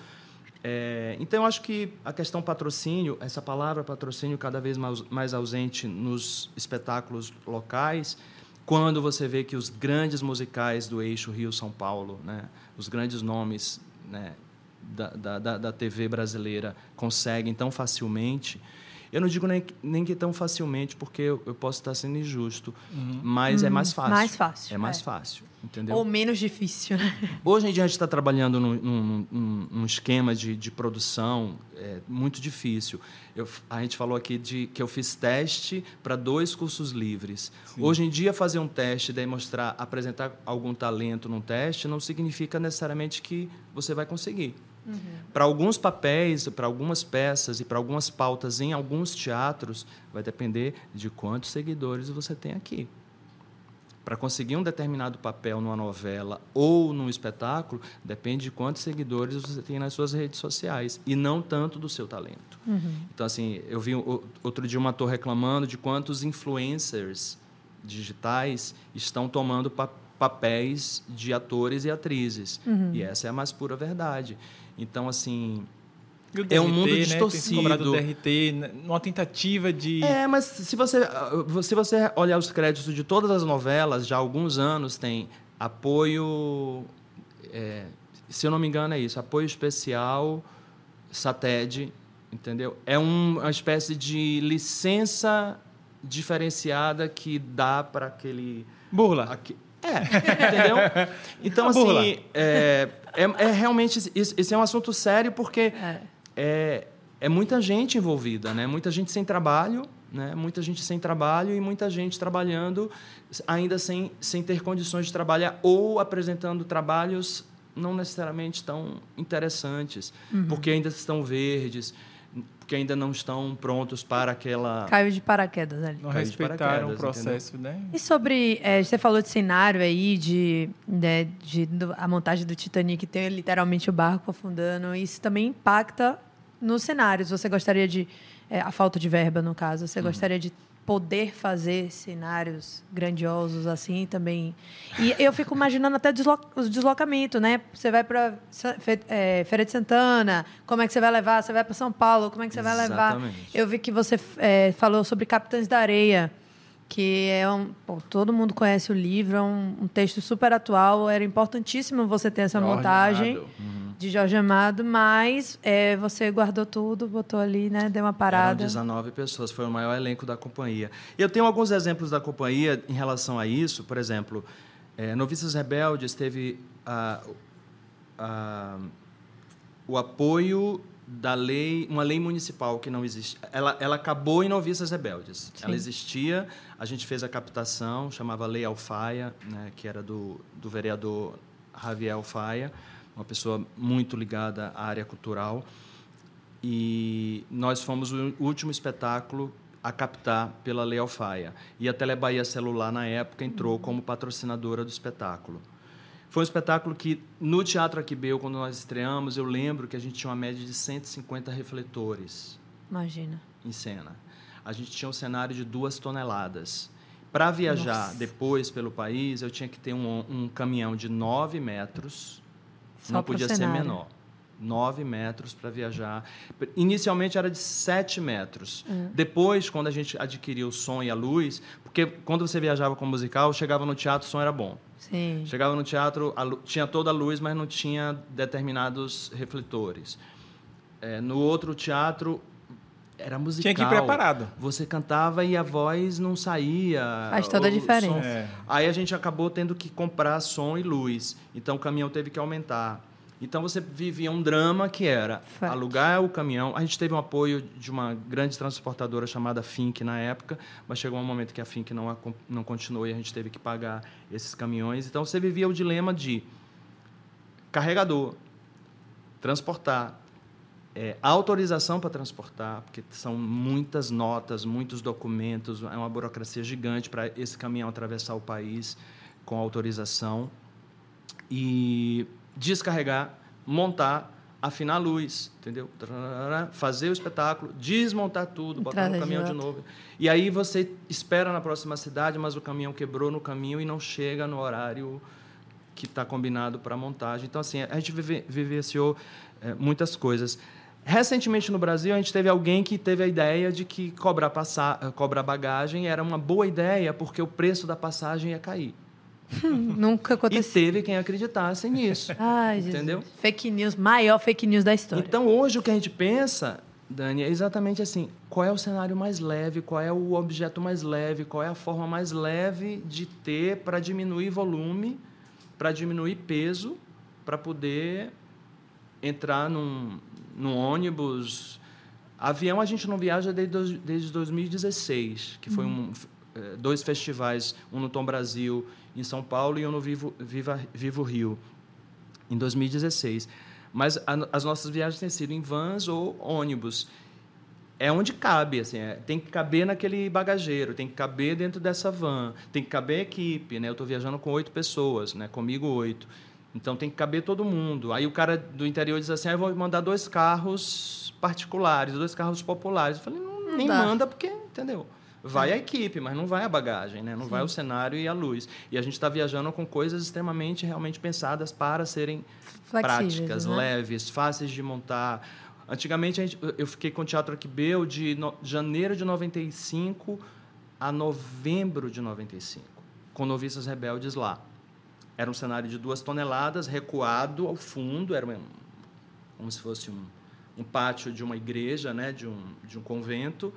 É, então, eu acho que a questão patrocínio, essa palavra patrocínio cada vez mais, mais ausente nos espetáculos locais, quando você vê que os grandes musicais do eixo Rio-São Paulo, né, os grandes nomes, né, da, da, da T V brasileira conseguem tão facilmente... Eu não digo nem, nem que tão facilmente, porque eu, eu posso estar sendo injusto, uhum. mas uhum. é mais fácil. Mais fácil. É mais é. fácil, entendeu? Ou menos difícil, né? Hoje em dia a gente está trabalhando num, num, num, num esquema de, de produção é, muito difícil. Eu, a gente falou aqui de, que eu fiz teste para dois cursos livres. Sim. Hoje em dia, fazer um teste, demonstrar, apresentar algum talento num teste, não significa necessariamente que você vai conseguir. Uhum. Para alguns papéis, para algumas peças e para algumas pautas em alguns teatros, vai depender de quantos seguidores você tem aqui. Para conseguir um determinado papel numa novela ou num espetáculo, depende de quantos seguidores você tem nas suas redes sociais e não tanto do seu talento. Uhum. Então, assim, eu vi outro dia um ator reclamando de quantos influencers digitais estão tomando papel papéis de atores e atrizes. Uhum. E essa é a mais pura verdade. Então, assim, é um mundo distorcido. Né? Tem cobrado o D R T numa tentativa de... É, mas se você, se você olhar os créditos de todas as novelas, já há alguns anos tem apoio... É, se eu não me engano é isso, apoio especial, SATED, entendeu? É um, uma espécie de licença diferenciada que dá para aquele... Burla. Aqui, é, entendeu? Então, assim, é, é, é realmente... Isso, isso é um assunto sério porque é. É, é muita gente envolvida, né? Muita gente sem trabalho, né? Muita gente sem trabalho e muita gente trabalhando ainda sem, sem ter condições de trabalhar ou apresentando trabalhos não necessariamente tão interessantes, uhum. porque ainda estão verdes, porque ainda não estão prontos para aquela... Caiu de paraquedas ali. Não respeitaram o processo, entendeu? Né? E sobre... É, você falou de cenário aí, de, de, de, de a montagem do Titanic, tem literalmente o barco afundando. Isso também impacta nos cenários. Você gostaria de... É, a falta de verba, no caso. Você uhum. gostaria de poder fazer cenários grandiosos assim também. E eu fico imaginando até deslo os deslocamentos, né? Você vai para é, Feira de Santana, como é que você vai levar? Você vai para São Paulo, como é que você vai levar? Exatamente. Eu vi que você é, falou sobre Capitães da Areia, que é um... Pô, todo mundo conhece o livro, é um, um texto super atual, era importantíssimo você ter essa Jorge montagem uhum. de Jorge Amado, mas é, você guardou tudo, botou ali, né? Deu uma parada. Eram dezenove pessoas, foi o maior elenco da companhia. E eu tenho alguns exemplos da companhia em relação a isso. Por exemplo, é, Noviças Rebeldes teve a, a, o apoio da lei, uma lei municipal que não existe. Ela, ela acabou em Noviças Rebeldes. Sim. Ela existia, a gente fez a captação, chamava Lei Alfaia, né, que era do, do vereador Javier Alfaia, uma pessoa muito ligada à área cultural. E nós fomos o último espetáculo a captar pela Lei Alfaia. E a Telebahia Celular, na época, entrou como patrocinadora do espetáculo. Foi um espetáculo que, no Teatro Aquibeu, quando nós estreamos, eu lembro que a gente tinha uma média de cento e cinquenta refletores. Imagina. Em cena. A gente tinha um cenário de duas toneladas. Para viajar Nossa. depois pelo país, eu tinha que ter um, um caminhão de nove metros. Só não podia ser menor. Nove metros para viajar. Inicialmente era de sete metros. Uhum. Depois, quando a gente adquiriu o som e a luz, porque quando você viajava com musical, chegava no teatro, o som era bom. Sim. Chegava no teatro, a, tinha toda a luz, mas não tinha determinados refletores. É, no outro teatro, era musical. Tinha que ir preparado. Você cantava e a voz não saía. Faz toda a diferença. É. Aí a gente acabou tendo que comprar som e luz. Então, o caminhão teve que aumentar. Então, você vivia um drama que era Fato. alugar o caminhão. A gente teve um apoio de uma grande transportadora chamada Fink na época, mas chegou um momento que a Fink não, não continuou e a gente teve que pagar esses caminhões. Então, você vivia o dilema de carregador, transportar, é, autorização para transportar, porque são muitas notas, muitos documentos, é uma burocracia gigante para esse caminhão atravessar o país com autorização. E... descarregar, montar, afinar a luz, entendeu? Fazer o espetáculo, desmontar tudo, botar no caminhão de novo. E aí você espera na próxima cidade, mas o caminhão quebrou no caminho e não chega no horário que está combinado para a montagem. Então, assim, a gente vive, vivenciou é, muitas coisas. Recentemente, no Brasil, a gente teve alguém que teve a ideia de que cobrar, passar, cobrar bagagem era uma boa ideia, porque o preço da passagem ia cair. Hum, nunca aconteceu. E teve quem acreditasse nisso. Ai, entendeu? Jesus. Fake news, maior fake news da história. Então, hoje, o que a gente pensa, Dani, é exatamente assim, qual é o cenário mais leve, qual é o objeto mais leve, qual é a forma mais leve de ter para diminuir volume, para diminuir peso, para poder entrar num, num ônibus. Avião a gente não viaja desde, desde dois mil e dezesseis, que foi um, dois festivais, um no Tom Brasil, em São Paulo, e um no Vivo, Viva, Vivo Rio, em dois mil e dezesseis. Mas a, as nossas viagens têm sido em vans ou ônibus. É onde cabe, assim, é, tem que caber naquele bagageiro, tem que caber dentro dessa van, tem que caber a equipe, né? Eu estou viajando com oito pessoas, né? Comigo oito. Então, tem que caber todo mundo. Aí o cara do interior diz assim, ah, eu vou mandar dois carros particulares, dois carros populares. Eu falei, não, não nem dá. Manda, porque, entendeu? Vai a equipe, mas não vai a bagagem, né? Não Sim. vai o cenário e a luz. E a gente está viajando com coisas extremamente, realmente pensadas para serem flexíveis, práticas, né? leves, fáceis de montar. Antigamente, a gente, eu fiquei com o Teatro Aquibeu de no, janeiro de noventa e cinco a novembro de noventa e cinco, com Noviças Rebeldes lá. Era um cenário de duas toneladas, recuado ao fundo, era uma, como se fosse um, um pátio de uma igreja, né, de, um, de um convento,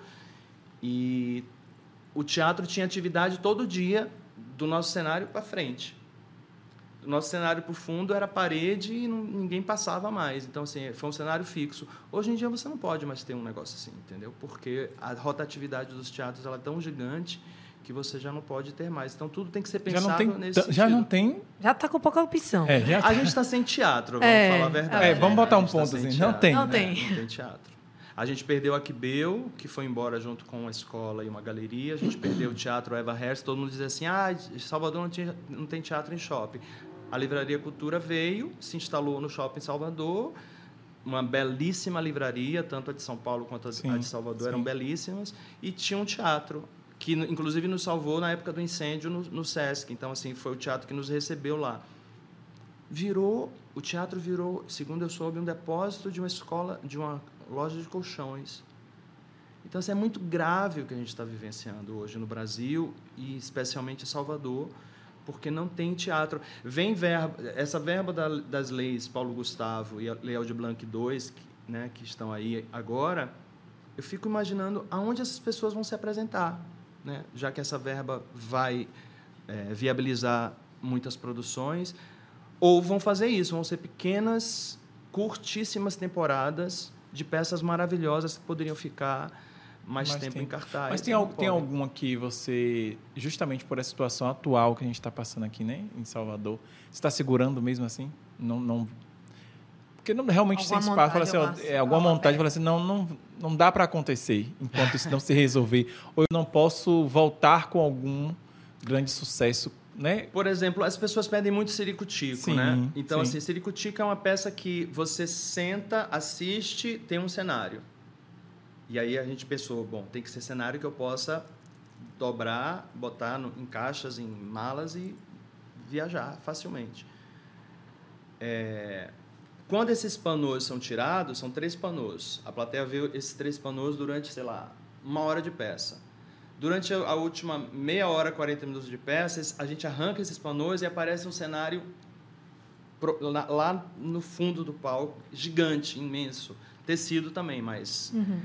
e o teatro tinha atividade todo dia do nosso cenário para frente. O nosso cenário para o fundo era parede e não, ninguém passava mais. Então, assim, foi um cenário fixo. Hoje em dia, você não pode mais ter um negócio assim, entendeu? Porque a rotatividade dos teatros ela é tão gigante que você já não pode ter mais. Então, tudo tem que ser pensado já não tem, nesse sentido. Já não tem... Já está com pouca opção. É, já... A gente está sem teatro, vamos é, falar a verdade. É, vamos botar um ponto tá assim. Não tem. Não tem. Não tem teatro. A gente perdeu a Aquibeu, que foi embora junto com uma escola e uma galeria. A gente perdeu o Teatro Eva Herz. Todo mundo dizia assim, ah, Salvador não, tinha, não tem teatro em shopping. A Livraria Cultura veio, se instalou no Shopping Salvador, uma belíssima livraria, tanto a de São Paulo quanto a sim, de Salvador sim. eram belíssimas, e tinha um teatro, que inclusive nos salvou na época do incêndio no, no Sesc. Então, assim, foi o teatro que nos recebeu lá. Virou, o teatro virou, segundo eu soube, um depósito de uma escola, de uma loja de colchões. Então, assim, é muito grave o que a gente está vivenciando hoje no Brasil, e especialmente em Salvador, porque não tem teatro. Vem verba, essa verba da, das leis Paulo Gustavo e a Lei Aldir Blanc dois, que, né, que estão aí agora, eu fico imaginando aonde essas pessoas vão se apresentar, né, já que essa verba vai é, viabilizar muitas produções, ou vão fazer isso, vão ser pequenas, curtíssimas temporadas de peças maravilhosas que poderiam ficar mais mas tempo tem, em cartaz. Mas tem, al, tem alguma que você, justamente por essa situação atual que a gente está passando aqui, né, em Salvador, você está segurando mesmo assim? Não, não, porque não, realmente alguma sem espaço, fala assim, ó, é, alguma montagem, fala assim, não, não, não dá para acontecer enquanto isso não se resolver. Ou eu não posso voltar com algum grande sucesso, né? Por exemplo, as pessoas pedem muito Ciricutico, sim, né? Então, sim. assim, Ciricutico é uma peça que você senta, assiste, tem um cenário. E aí a gente pensou, bom, tem que ser cenário que eu possa dobrar, botar no, em caixas, em malas e viajar facilmente. É, quando esses panos são tirados, são três panos. A plateia vê esses três panos durante, sei lá, uma hora de peça. Durante a última meia hora, quarenta minutos de peça, a gente arranca esses panos e aparece um cenário lá no fundo do palco, gigante, imenso. Tecido também, mas... Uhum.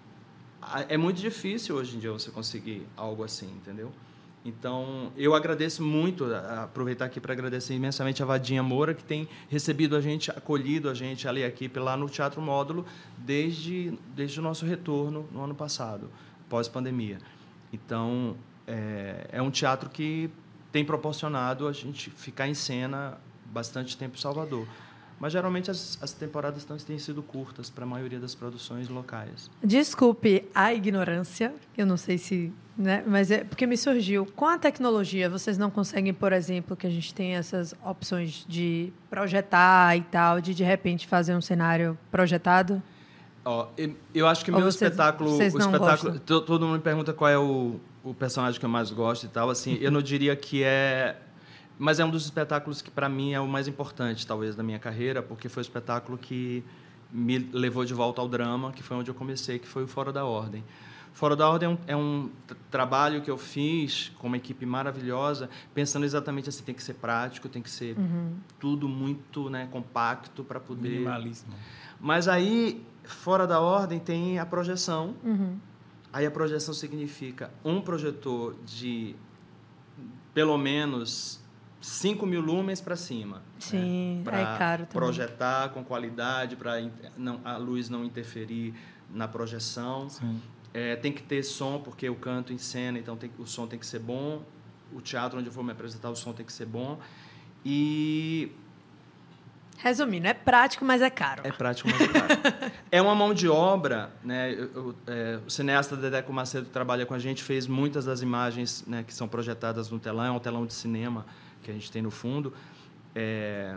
É muito difícil hoje em dia você conseguir algo assim, entendeu? Então, eu agradeço muito, aproveitar aqui para agradecer imensamente a Vadinha Moura, que tem recebido a gente, acolhido a gente, ali, a equipe, lá no Teatro Módulo, desde, desde o nosso retorno no ano passado, pós-pandemia. Então, é, é um teatro que tem proporcionado a gente ficar em cena bastante tempo em Salvador. Mas, geralmente, as, as temporadas têm sido curtas para a maioria das produções locais. Desculpe a ignorância, eu não sei se... Né, mas é porque me surgiu. Com a tecnologia, vocês não conseguem, por exemplo, que a gente tem essas opções de projetar e tal, de, de repente, fazer um cenário projetado? Ó, eu, eu acho que o Ou meu vocês, espetáculo... Vocês o não espetáculo gostam? todo mundo me pergunta qual é o, o personagem que eu mais gosto e tal. Assim, eu não diria que é... Mas é um dos espetáculos que, para mim, é o mais importante, talvez, da minha carreira, porque foi o espetáculo que me levou de volta ao drama, que foi onde eu comecei, que foi o Fora da Ordem. Fora da Ordem é um, é um trabalho que eu fiz com uma equipe maravilhosa, pensando exatamente assim, tem que ser prático, tem que ser uhum. tudo muito, né, compacto para poder... Minimalismo. Mas aí, Fora da Ordem, tem a projeção. Uhum. Aí a projeção significa um projetor de, pelo menos... cinco mil lumens para cima. Sim, né? é caro também. Projetar com qualidade, para a luz não interferir na projeção. É, tem que ter som, porque eu canto em cena, então tem, o som tem que ser bom. O teatro onde eu for me apresentar, o som tem que ser bom. E... Resumindo, é prático, mas é caro. É prático, mas é caro. É uma mão de obra, né? Eu, eu, é, o cineasta Dedeco Macedo, que trabalha com a gente, fez muitas das imagens, né, que são projetadas no telão, é um telão de cinema que a gente tem no fundo. É,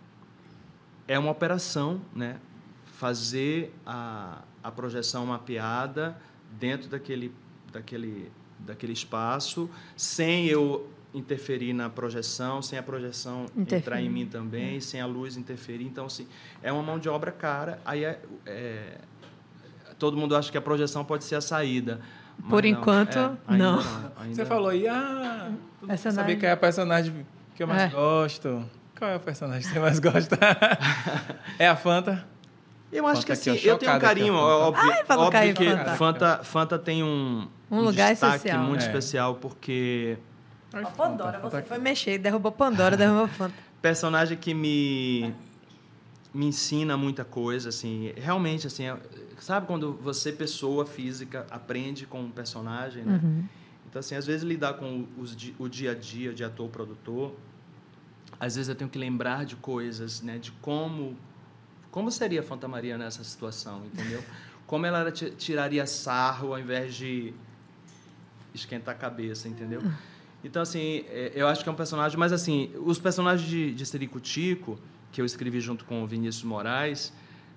é uma operação, né? Fazer a, a projeção mapeada dentro daquele, daquele, daquele espaço, sem eu interferir na projeção, sem a projeção interferir. entrar em mim também, é. sem a luz interferir. Então, assim, é uma mão de obra cara. Aí é, é, todo mundo acha que a projeção pode ser a saída. Por não, enquanto, é, ainda não. não ainda Você não. falou aí, ah, sabia que é a personagem que eu mais é. gosto. Qual é o personagem que você mais gosta? É a Fanta? Eu acho Fanta que assim, eu tenho um carinho, óbvio, Ai, óbvio que Fanta. Fanta, Fanta tem um, um, um lugar destaque especial. muito é. especial, porque... Ó, Pandora, Fanta, você Fanta foi mexer, derrubou Pandora, derrubou Fanta. Personagem que me, me ensina muita coisa, assim, realmente, assim, sabe quando você, pessoa física, aprende com um personagem, né? Uhum. Então, assim, às vezes lidar com os, o dia a dia de ator, produtor, às vezes eu tenho que lembrar de coisas, né? De como... Como seria a Fanta Maria nessa situação, entendeu? Como ela tiraria sarro ao invés de esquentar a cabeça, entendeu? Então, assim, eu acho que é um personagem... Mas, assim, os personagens de, de Siricutico, que eu escrevi junto com o Vinícius Moraes,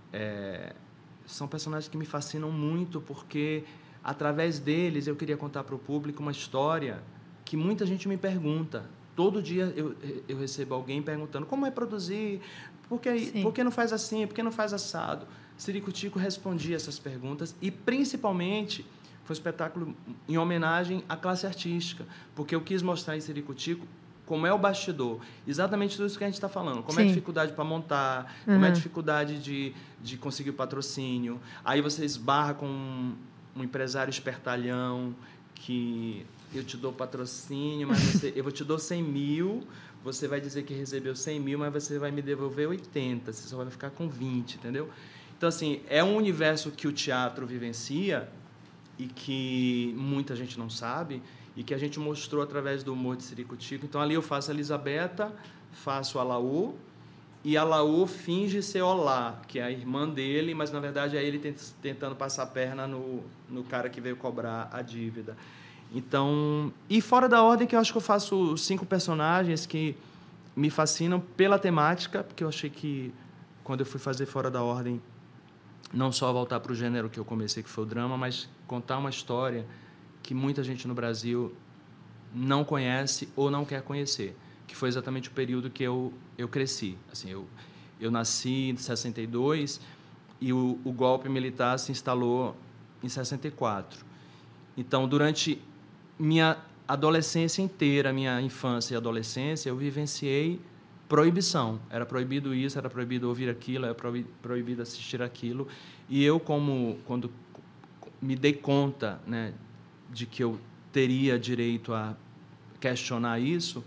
é, são personagens que me fascinam muito, porque, através deles, eu queria contar para o público uma história que muita gente me pergunta. Todo dia eu, eu recebo alguém perguntando como é produzir... Por que, por que não faz assim? Por que não faz assado? Siricutico respondia essas perguntas e, principalmente, foi um espetáculo em homenagem à classe artística, porque eu quis mostrar em Siricutico como é o bastidor, exatamente tudo isso que a gente está falando, como Sim. é a dificuldade para montar, uhum. como é a dificuldade de, de conseguir o patrocínio. Aí você esbarra com um, um empresário espertalhão que eu te dou patrocínio, mas você, eu te dou cem mil... Você vai dizer que recebeu cem mil, mas você vai me devolver oitenta. Você só vai ficar com vinte, entendeu? Então, assim, é um universo que o teatro vivencia e que muita gente não sabe e que a gente mostrou através do humor de Siricutico. Então, ali eu faço a Elisabetta, faço a Laú, e a Laú finge ser Olá, que é a irmã dele, mas, na verdade, é ele tentando passar a perna no, no cara que veio cobrar a dívida. Então, e fora da ordem, que eu acho que eu faço cinco personagens que me fascinam pela temática, porque eu achei que, quando eu fui fazer Fora da Ordem, não só voltar para o gênero que eu comecei, que foi o drama, mas contar uma história que muita gente no Brasil não conhece ou não quer conhecer, que foi exatamente o período que eu, eu cresci. Assim, eu, eu nasci em sessenta e dois e o, o golpe militar se instalou em sessenta e quatro. Então, durante... minha adolescência inteira, minha infância e adolescência, eu vivenciei proibição. Era proibido isso, era proibido ouvir aquilo, era proibido assistir aquilo. E eu, como quando me dei conta, né, de que eu teria direito a questionar isso,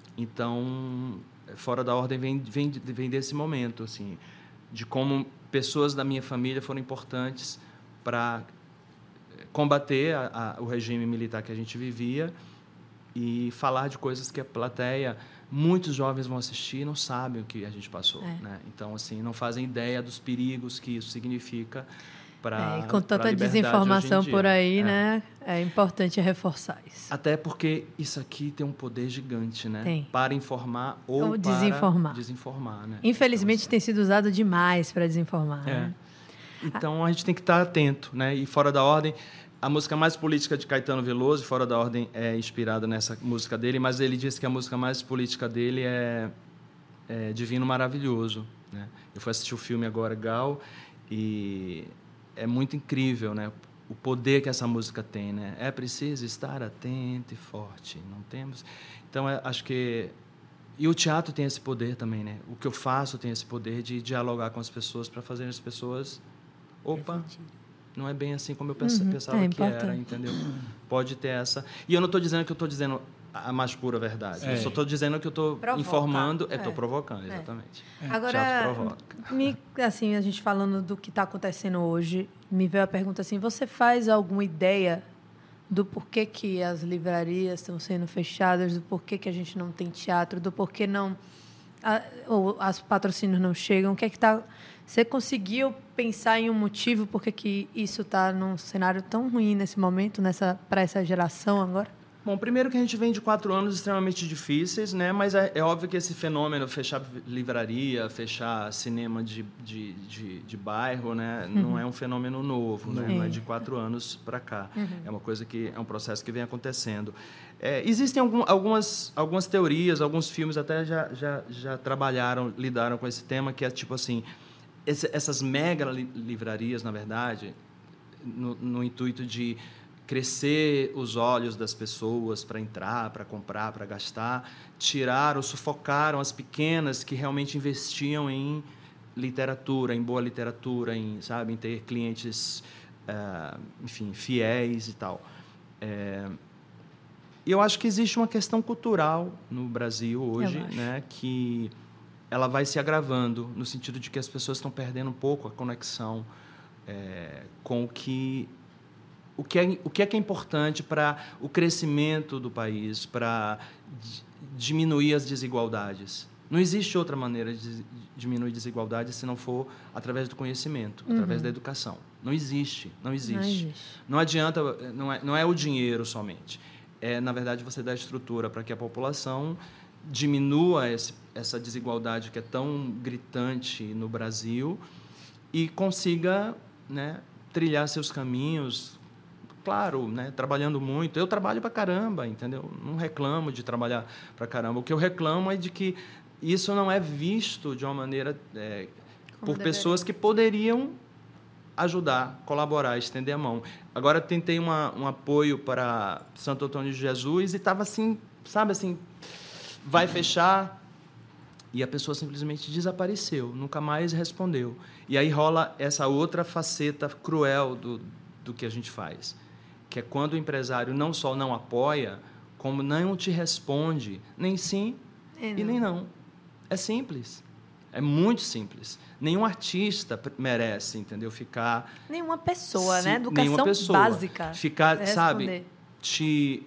então, Fora da Ordem vem, vem, vem desse momento, assim, de como pessoas da minha família foram importantes para combater a, a, o regime militar que a gente vivia e falar de coisas que a plateia, muitos jovens vão assistir e não sabem o que a gente passou, é. né? Então, assim, não fazem ideia dos perigos que isso significa para é, com tanta desinformação por aí, é. né? É importante reforçar isso. Até porque isso aqui tem um poder gigante, né? Tem. Para informar ou, ou desinformar. para desinformar, né? Infelizmente, então, tem sido usado demais para desinformar, é. né? Então, a gente tem que estar atento, né? E Fora da Ordem, a música mais política de Caetano Veloso, Fora da Ordem, é inspirada nessa música dele, mas ele disse que a música mais política dele é, é Divino Maravilhoso, né? Eu fui assistir o filme agora, Gal, e é muito incrível, né? O poder que essa música tem, né? É preciso estar atento e forte, não temos... Então, é, acho que... E o teatro tem esse poder também, né? O que eu faço tem esse poder de dialogar com as pessoas para fazer as pessoas... Opa, não é bem assim como eu pensava, uhum, pensava é que era, entendeu? Pode ter essa... E eu não estou dizendo que eu estou dizendo a mais pura verdade. É. Eu só estou dizendo que eu estou informando... Estou é, provocando, exatamente. É. Agora, me, assim, a gente falando do que está acontecendo hoje, me veio a pergunta assim, você faz alguma ideia do porquê que as livrarias estão sendo fechadas, do porquê que a gente não tem teatro, do porquê não... A, ou as patrocínios não chegam? O que é que está... Você conseguiu pensar em um motivo por que isso está num cenário tão ruim nesse momento, nessa, para essa geração agora? Bom, primeiro que a gente vem de quatro anos extremamente difíceis, né? Mas é, é óbvio que esse fenômeno, fechar livraria, fechar cinema de, de, de, de bairro, né? Uhum. Não é um fenômeno novo, né? Não é de quatro anos para cá. Uhum. É uma coisa que é um processo que vem acontecendo. É, existem algum, algumas, algumas teorias, alguns filmes até já, já, já trabalharam, lidaram com esse tema, que é tipo assim, esse, essas mega livrarias, na verdade, no, no intuito de crescer os olhos das pessoas para entrar, para comprar, para gastar, tiraram, sufocaram as pequenas que realmente investiam em literatura, em boa literatura, em, sabe, em ter clientes, uh, enfim, fiéis e tal. É, eu acho que existe uma questão cultural no Brasil hoje, né, que ela vai se agravando, no sentido de que as pessoas estão perdendo um pouco a conexão é, com o que O que, é, o que é que é importante para o crescimento do país, para diminuir as desigualdades? Não existe outra maneira de diminuir desigualdades se não for através do conhecimento, uhum. através da educação. Não existe, não existe. Não, existe. Não adianta, não é, não é o dinheiro somente. É, na verdade, você dá estrutura para que a população diminua esse, essa desigualdade que é tão gritante no Brasil e consiga, né, trilhar seus caminhos. Claro, né, trabalhando muito. Eu trabalho para caramba, entendeu? Não reclamo de trabalhar para caramba. O que eu reclamo é de que isso não é visto de uma maneira é, por deveria. pessoas que poderiam ajudar, colaborar, estender a mão. Agora, tentei uma, um apoio para Santo Antônio de Jesus e estava assim, sabe assim, vai fechar, e a pessoa simplesmente desapareceu, nunca mais respondeu. E aí rola essa outra faceta cruel do, do que a gente faz, que é quando o empresário não só não apoia, como não te responde, nem sim é e nem não. É simples. É muito simples. Nenhum artista merece, entendeu? Ficar... Nenhuma pessoa, se, né? Educação pessoa, básica. Ficar, sabe? Te...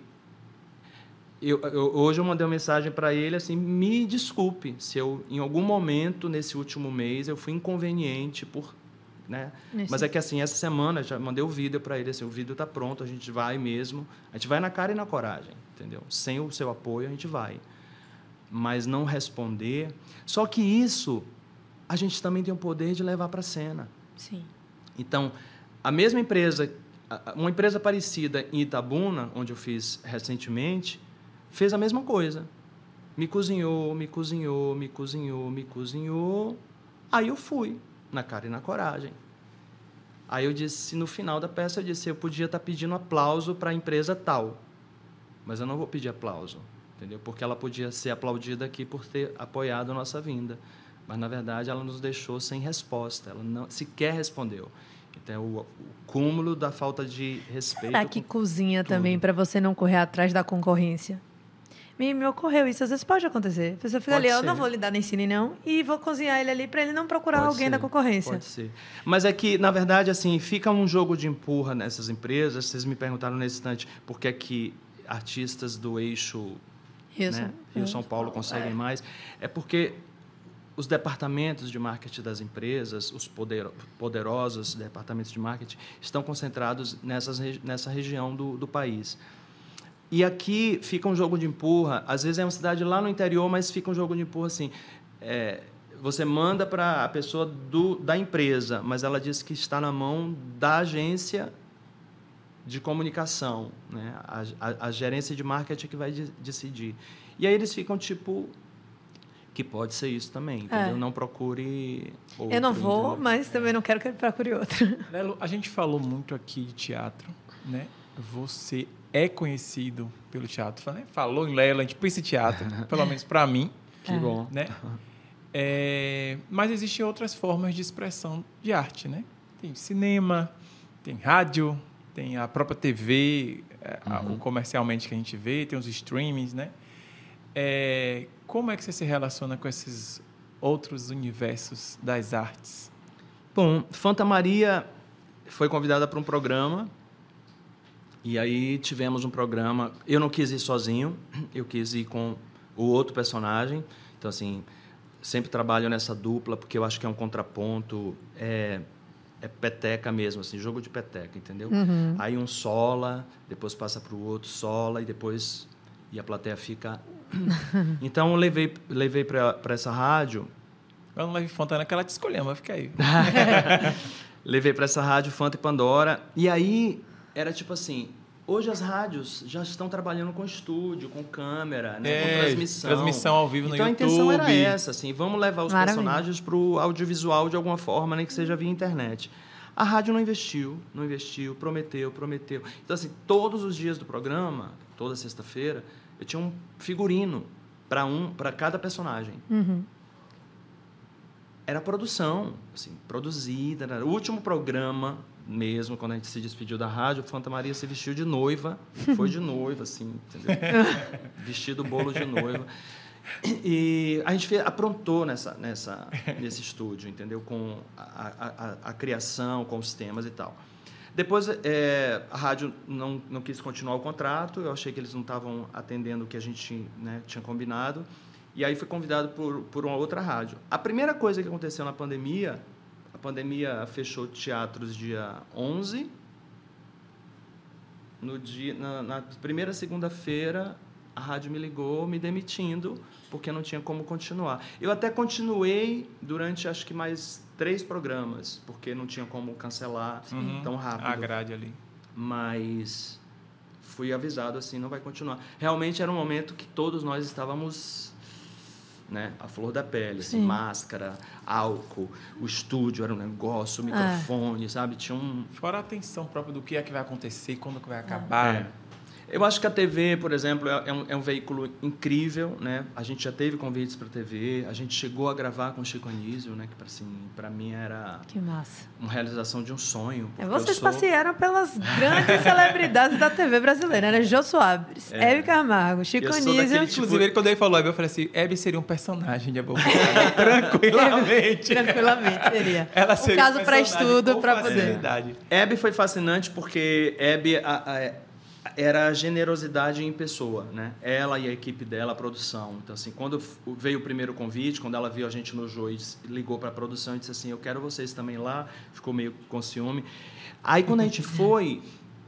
Eu, eu, hoje eu mandei uma mensagem para ele assim, me desculpe se eu, em algum momento, nesse último mês, eu fui inconveniente por... Né? Mas é que assim, essa semana já mandei o vídeo para ele, assim, o vídeo está pronto, a gente vai mesmo, a gente vai na cara e na coragem, entendeu? Sem o seu apoio a gente vai, mas não responder. Só que isso a gente também tem o poder de levar para a cena. Sim. Então, a mesma empresa, uma empresa parecida em Itabuna, onde eu fiz recentemente, fez a mesma coisa, me cozinhou, me cozinhou, me cozinhou, me cozinhou, aí eu fui na cara e na coragem. Aí eu disse, no final da peça, eu disse, eu podia estar pedindo aplauso para a empresa tal, mas eu não vou pedir aplauso, entendeu? Porque ela podia ser aplaudida aqui por ter apoiado a nossa vinda, mas, na verdade, ela nos deixou sem resposta, ela não sequer respondeu. Então, é o, o cúmulo da falta de respeito. Será que cozinha tudo. Também para você não correr atrás da concorrência? Me, me ocorreu isso, às vezes pode acontecer. A pessoa fica pode ali, ser. Eu não vou lhe dar nem cine, não, e vou cozinhar ele ali para ele não procurar pode alguém ser. Da concorrência. Pode ser. Mas é que, na verdade, assim, fica um jogo de empurra nessas empresas. Vocês me perguntaram nesse instante por que é que artistas do eixo Rio, né, Rio São Paulo Paulo, conseguem é. mais. É porque os departamentos de marketing das empresas, os poder, poderosos departamentos de marketing, estão concentrados nessas, nessa região do, do país. E aqui fica um jogo de empurra, às vezes é uma cidade lá no interior, mas fica um jogo de empurra assim, é, você manda para a pessoa do, da empresa, mas ela diz que está na mão da agência de comunicação, né? a, a, a gerência de marketing que vai de, decidir. E aí eles ficam tipo, que pode ser isso também, entendeu? É. Não procure outro. Eu não vou, entendeu? Mas é. Também não quero que ele procure outro. Lelo, a gente falou muito aqui de teatro, né? Você é conhecido pelo teatro. Falou em Lelo, a gente pensa em teatro, pelo menos para mim. Que é. Bom. Né? É, mas existem outras formas de expressão de arte, né? Tem cinema, tem rádio, tem a própria T V, uhum. o comercialmente que a gente vê, tem os streamings, né? É, como é que você se relaciona com esses outros universos das artes? Bom, Fanta Maria foi convidada para um programa. E aí tivemos um programa, eu não quis ir sozinho, eu quis ir com o outro personagem, então assim, sempre trabalho nessa dupla, porque eu acho que é um contraponto, é, é peteca mesmo, assim, jogo de peteca, entendeu? Uhum. Aí um sola, depois passa para o outro, sola, e depois... E a plateia fica... Então, eu levei, levei para essa rádio... Eu não levei Fontana, que ela te escolheu, mas fica aí. Levei para essa rádio, Fanta e Pandora. E aí, era tipo assim... Hoje as rádios já estão trabalhando com estúdio, com câmera, né? É, com transmissão. Transmissão ao vivo no então, YouTube. Então, a intenção era essa, assim. Vamos levar os Maravilha. personagens para o audiovisual de alguma forma, nem que seja via internet. A rádio não investiu, não investiu, prometeu, prometeu. Então, assim, todos os dias do programa, toda sexta-feira, eu tinha um figurino para um, para cada personagem. Uhum. Era produção, assim, produzida. Era o último programa mesmo, quando a gente se despediu da rádio, Fanta Maria se vestiu de noiva, foi de noiva, assim, entendeu? Vestido bolo de noiva. E a gente fez, aprontou nessa, nessa, nesse estúdio, entendeu? Com a, a, a criação, com os temas e tal. Depois, é, a rádio não, não quis continuar o contrato, eu achei que eles não estavam atendendo o que a gente, né, tinha combinado, e aí fui convidado por, por uma outra rádio. A primeira coisa que aconteceu na pandemia, a pandemia fechou teatros dia onze, no dia, na, na primeira segunda-feira, a rádio me ligou me demitindo, porque não tinha como continuar. Eu até continuei durante, acho que mais três programas, porque não tinha como cancelar uhum. tão rápido. A grade ali. Mas fui avisado assim, não vai continuar. Realmente era um momento que todos nós estávamos, né, à flor da pele, assim, máscara, álcool, o estúdio era um negócio, o microfone, é. sabe? Tinha um... Fora a atenção própria do que é que vai acontecer, quando que vai acabar. É. Eu acho que a T V, por exemplo, é um, é um veículo incrível, né? A gente já teve convites para a T V, a gente chegou a gravar com o Chico Anísio, né? Que, assim, para mim era que massa. uma realização de um sonho. É, vocês sou... passearam pelas grandes celebridades da T V brasileira, né? Jô Soares, é. Hebe Camargo, Chico Anísio. Tipo... Inclusive, ele, quando ele falou, eu falei assim, Hebe seria um personagem de Abofetada. Tranquilamente. Tranquilamente seria. Ela seria um caso um para estudo, para poder. Hebe foi fascinante porque Hebe... A, a, era a generosidade em pessoa, né? Ela e a equipe dela, a produção. Então, assim, quando veio o primeiro convite, quando ela viu a gente no Jô e ligou para a produção e disse assim, eu quero vocês também lá, ficou meio com ciúme. Aí, quando a gente foi,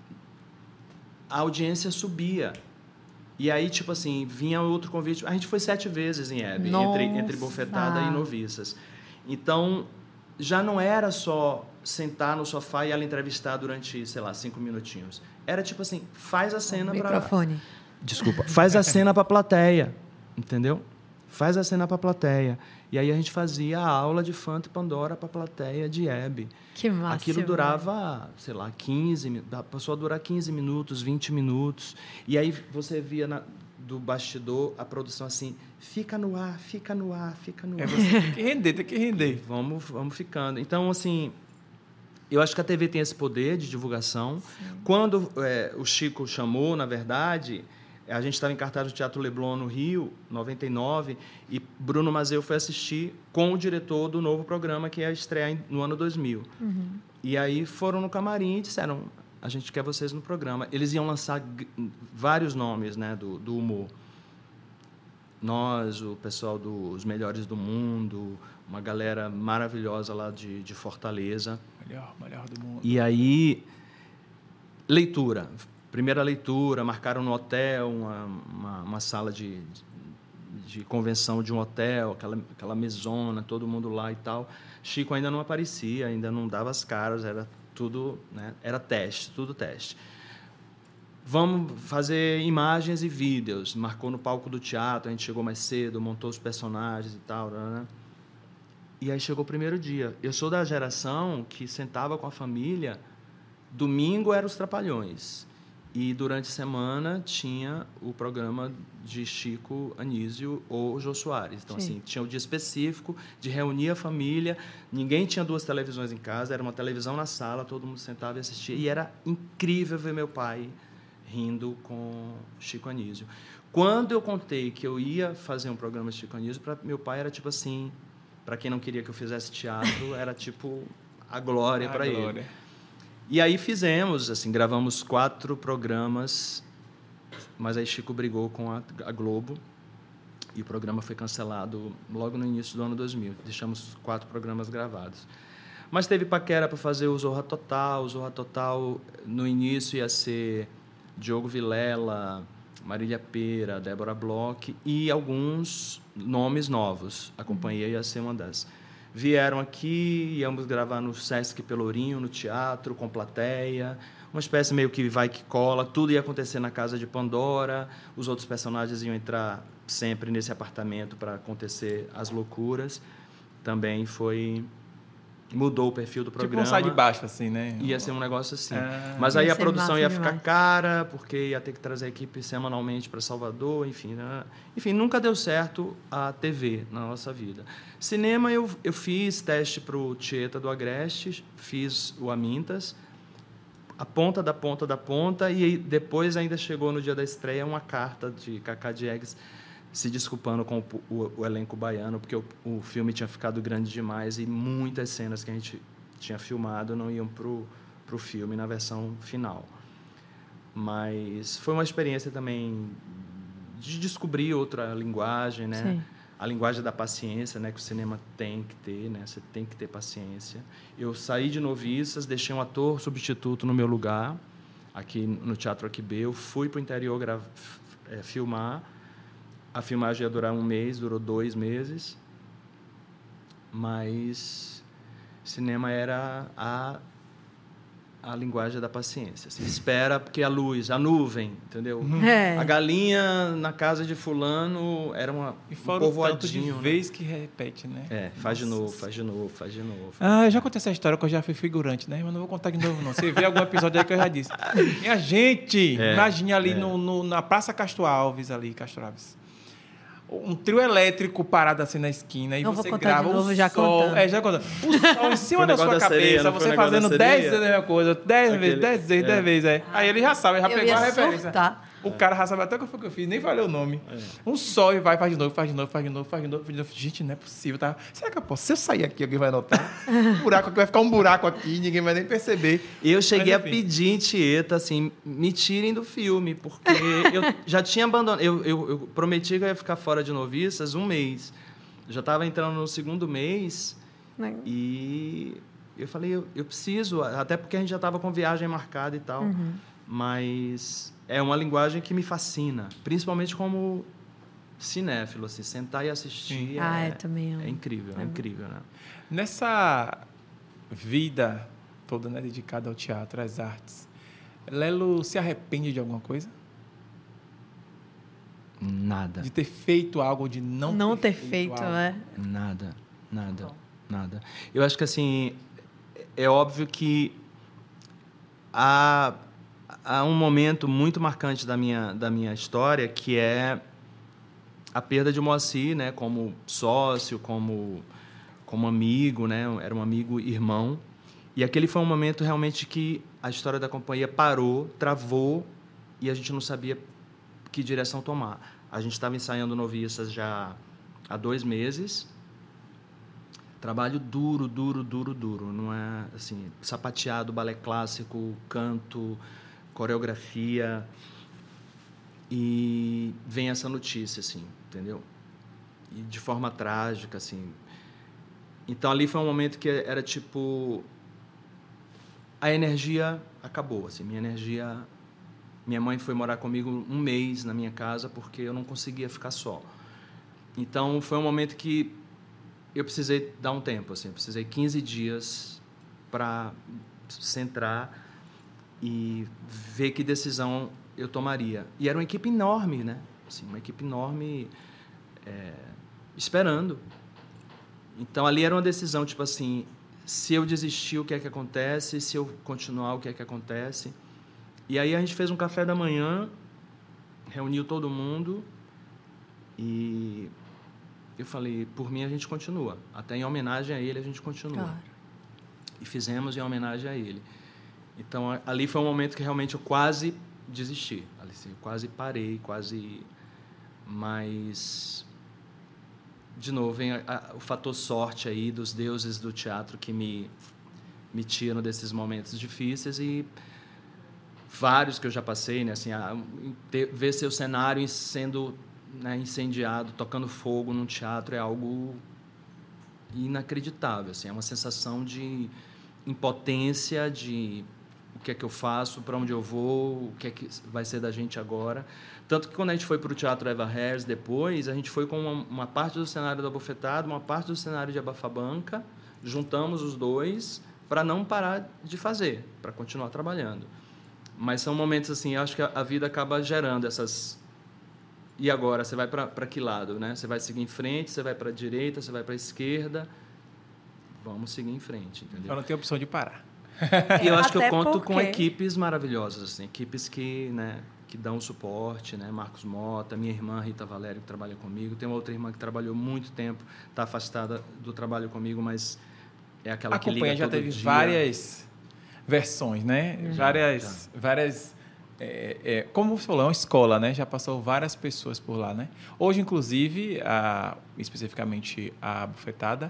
a audiência subia. E aí, tipo assim, vinha outro convite. A gente foi sete vezes em Hebe, entre, entre Bofetada e Noviças. Então, já não era só sentar no sofá e ela entrevistar durante, sei lá, cinco minutinhos. Era tipo assim, faz a cena para... Microfone. Desculpa. Faz a cena para a plateia, entendeu? Faz a cena para a plateia. E aí a gente fazia a aula de Fanta e Pandora para a plateia de Hebe. Que massa. Aquilo durava, sei lá, quinze... Passou a durar quinze minutos, vinte minutos. E aí você via na, do bastidor a produção assim, fica no ar, fica no ar, fica no ar. É, você tem que render, tem que render. Vamos, vamos ficando. Então, assim... Eu acho que a T V tem esse poder de divulgação. Sim. Quando é, o Chico chamou, na verdade, a gente estava em cartaz do Teatro Leblon, no Rio, em noventa e nove, e Bruno Mazeu foi assistir com o diretor do novo programa, que ia estrear no ano dois mil. Uhum. E aí foram no camarim e disseram, a gente quer vocês no programa. Eles iam lançar vários nomes, né, do, do humor. Nós, o pessoal dos Melhores do Mundo, uma galera maravilhosa lá de, de Fortaleza. Melhor, melhor do mundo. E aí, leitura. Primeira leitura, marcaram no hotel, uma, uma, uma sala de, de convenção de um hotel, aquela, aquela mesona, todo mundo lá e tal. Chico ainda não aparecia, ainda não dava as caras, era tudo, né? Era teste, tudo teste. Vamos fazer imagens e vídeos. Marcou no palco do teatro, a gente chegou mais cedo, montou os personagens e tal, né? E aí chegou o primeiro dia. Eu sou da geração que sentava com a família, domingo eram os Trapalhões. E durante a semana tinha o programa de Chico Anísio ou Jô Soares. Então, Sim. assim, tinha o dia específico de reunir a família. Ninguém tinha duas televisões em casa, era uma televisão na sala, todo mundo sentava e assistia. E era incrível ver meu pai rindo com Chico Anísio. Quando eu contei que eu ia fazer um programa de Chico Anísio, para meu pai era tipo assim... Para quem não queria que eu fizesse teatro, era tipo a glória para ele. E aí fizemos, assim, gravamos quatro programas, mas aí Chico brigou com a, a Globo e o programa foi cancelado logo no início do ano dois mil. Deixamos quatro programas gravados. Mas teve paquera para fazer o Zorra Total. O Zorra Total, no início, ia ser Diogo Vilela, Marília Pera, Débora Bloch e alguns nomes novos. A companhia ia ser uma das. Vieram aqui, íamos gravar no Sesc Pelourinho, no teatro, com plateia, uma espécie meio que vai que cola, tudo ia acontecer na casa de Pandora, os outros personagens iam entrar sempre nesse apartamento para acontecer as loucuras. Também foi... mudou o perfil do programa. Tipo um sai de baixo, assim, né? Ia ser um negócio assim. Ah, Mas aí ia a produção ia demais. ficar cara, porque ia ter que trazer a equipe semanalmente para Salvador, enfim. Né? Enfim, nunca deu certo a T V na nossa vida. Cinema, eu, eu fiz teste para o Tieta do Agreste, fiz o Amintas, a ponta da ponta da ponta, e depois ainda chegou no dia da estreia uma carta de Cacá Diegues se desculpando com o, o, o elenco baiano, porque o, o filme tinha ficado grande demais e muitas cenas que a gente tinha filmado não iam para o filme na versão final. Mas foi uma experiência também de descobrir outra linguagem, né? Sim. A linguagem da paciência, né? Que o cinema tem que ter, né? Você tem que ter paciência. Eu saí de Noviças, deixei um ator substituto no meu lugar, aqui no Teatro Aquibeu, fui para o interior grava, é, filmar. A filmagem ia durar um mês, durou dois meses, mas cinema era a, a linguagem da paciência. Você espera porque a luz, a nuvem, entendeu? É. A galinha na casa de fulano era uma, E fora um o tanto povoadinho. de né? vez que repete, né? É, faz de Nossa. novo, faz de novo, faz de novo. Ah, eu já contei essa história que eu já fui figurante, né? Mas não vou contar de novo, não. Você vê algum episódio aí que eu já disse. Minha gente, É, imagine ali é. no, no- na Praça Castro Alves, ali, Castro Alves. Um trio elétrico parado assim na esquina e Não vou você contar grava de novo, o já sol. contando. É, já contando. O sol em cima Foi o da negócio sua da sereia, cabeça, não foi você o negócio fazendo da dez sereia? vezes a mesma coisa, dez Aquele- vezes, dez vezes, é. dez vezes. É. Aí ele já sabe, já Eu pegou ia a referência. surtar. O cara já sabe até o que foi que eu fiz, nem falei o nome. É. Um sol e vai, faz de novo, faz de novo, faz de novo, faz de novo, faz de novo. Gente, não é possível, tá? Será que eu posso? Se eu sair aqui, alguém vai notar? Um buraco aqui, vai ficar um buraco aqui, ninguém vai nem perceber. E eu cheguei a Mas, enfim. pedir em Tieta, assim, me tirem do filme, porque eu já tinha abandonado. Eu, eu, eu prometi que eu ia ficar fora de Noviças um mês. Eu já estava entrando no segundo mês Né? e eu falei, eu, eu preciso, até porque a gente já estava com viagem marcada e tal, Uhum. mas é uma linguagem que me fascina, principalmente como cinéfilo, assim, sentar e assistir Sim. é, Ah, eu também amo. é incrível, é, É. incrível, né? Nessa vida toda, né, dedicada ao teatro, às artes, Lelo se arrepende de alguma coisa? Nada. De ter feito algo, de não, Não ter feito, algo? né? Nada, nada, nada. Eu acho que, assim, é óbvio que há, há um momento muito marcante da minha, da minha história, que é a perda de Moacir, né, como sócio, como, como amigo, né, era um amigo irmão. E aquele foi um momento realmente que a história da companhia parou, travou, e a gente não sabia que direção tomar. A gente estava ensaiando Noviças já há dois meses. Trabalho duro, duro, duro, duro. Não é assim, sapateado, balé clássico, canto, coreografia. E vem essa notícia, assim, entendeu? E de forma trágica, assim. Então, ali foi um momento que era tipo... A energia acabou, assim, minha energia... Minha mãe foi morar comigo um mês na minha casa porque eu não conseguia ficar só. Então, foi um momento que eu precisei dar um tempo, assim, eu precisei quinze dias para centrar e ver que decisão eu tomaria. E era uma equipe enorme, né? Assim, uma equipe enorme é, esperando. Então, ali era uma decisão, tipo assim, se eu desistir, o que é que acontece? Se eu continuar, o que é que acontece? E aí a gente fez um café da manhã, reuniu todo mundo e eu falei, por mim a gente continua. Até em homenagem a ele a gente continua. Claro. E fizemos em homenagem a ele. Então, ali foi um momento que realmente eu quase desisti. Ali, assim, eu quase parei, quase... Mas, de novo, vem a, a, o fator sorte aí dos deuses do teatro que me, me tiram desses momentos difíceis e... vários que eu já passei, né? Assim, a, ter, ver seu cenário sendo, né, incendiado, tocando fogo num teatro é algo inacreditável. Assim, é uma sensação de impotência, de o que é que eu faço, para onde eu vou, o que é que vai ser da gente agora. Tanto que quando a gente foi para o Teatro Eva Harris depois, a gente foi com uma, uma parte do cenário da Bofetada, uma parte do cenário de Abafabanca, juntamos os dois para não parar de fazer, para continuar trabalhando. Mas são momentos assim, eu acho que a, a vida acaba gerando essas... E agora, você vai para que lado, né? Você vai seguir em frente, você vai para a direita, você vai para a esquerda. Vamos seguir em frente, entendeu? Eu não tenho opção de parar. E eu acho que eu Até conto porque... com equipes maravilhosas, assim, equipes que, né, que dão suporte, né? Marcos Mota, minha irmã Rita Valério, que trabalha comigo. Tem uma outra irmã que trabalhou muito tempo, está afastada do trabalho comigo, mas é aquela a que liga todo dia. A companhia já teve várias versões, né? Uhum. Várias... Já. várias é, é, como você falou, é uma escola, né? Já passou várias pessoas por lá, né? Hoje, inclusive, a, especificamente a Bofetada,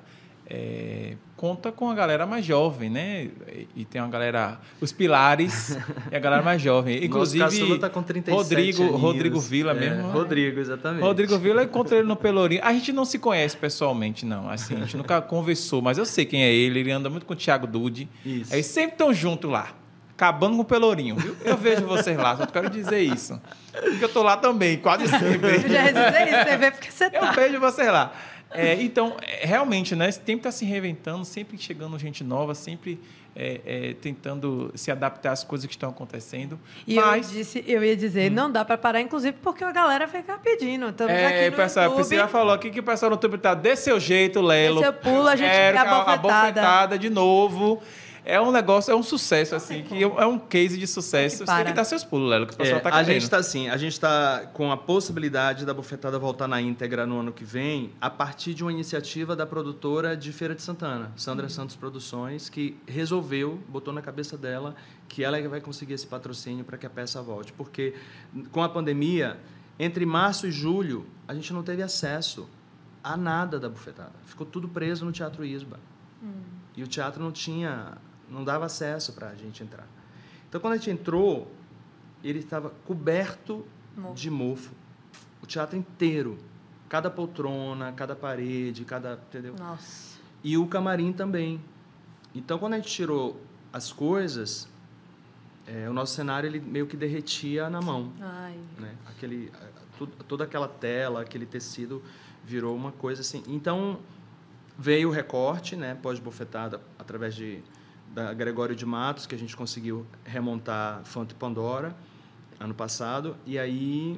É, conta com a galera mais jovem, né? E, e tem uma galera, os pilares e a galera mais jovem. Inclusive, tá com trinta e sete Rodrigo, aninhos. Rodrigo Vila é, mesmo. Rodrigo, exatamente. Rodrigo Vila, eu encontrei ele no Pelourinho. A gente não se conhece pessoalmente, não. Assim, a gente nunca conversou, mas eu sei quem é ele. Ele anda muito com o Thiago Dude. Isso. Eles sempre estão juntos lá, acabando com o Pelourinho, viu? Eu vejo vocês lá, só quero dizer isso. Porque eu tô lá também, quase sempre. Eu já ia dizer isso, você vê porque você tá. Eu vejo vocês lá. É, então, realmente, né, sempre está se reinventando, sempre chegando gente nova, sempre é, é, tentando se adaptar às coisas que estão acontecendo. E mas... eu, disse, eu ia dizer, hum. não dá para parar, inclusive, porque a galera fica pedindo. Estamos é, aqui no pessoal, YouTube. A Priscila falou aqui que o pessoal no YouTube está desse seu jeito, Lelo. Desse eu pulo, a gente quer a bofetada. a bofetada de novo. É um negócio, é um sucesso, assim, que é um case de sucesso. Você tem que dar seus pulos, Lelo, que o pessoal está é, querendo. A gente está assim, a gente está com a possibilidade da Bofetada voltar na íntegra no ano que vem, a partir de uma iniciativa da produtora de Feira de Santana, Sandra uhum. Santos Produções, que resolveu, botou na cabeça dela que ela vai conseguir esse patrocínio para que a peça volte. Porque com a pandemia, entre março e julho, a gente não teve acesso a nada da Bofetada. Ficou tudo preso no Teatro Isba. Hum. E o teatro não tinha... não dava acesso para a gente entrar. Então, quando a gente entrou, ele estava coberto mofo. de mofo. O teatro inteiro. Cada poltrona, cada parede, cada... Entendeu? Nossa. E o camarim também. Então, quando a gente tirou as coisas, é, o nosso cenário ele meio que derretia na mão. Ai. Né? Aquele, tudo, toda aquela tela, aquele tecido virou uma coisa assim. Então, veio o recorte, né, pós-bofetada, através de... da Gregório de Matos, que a gente conseguiu remontar Fanto e Pandora ano passado, e aí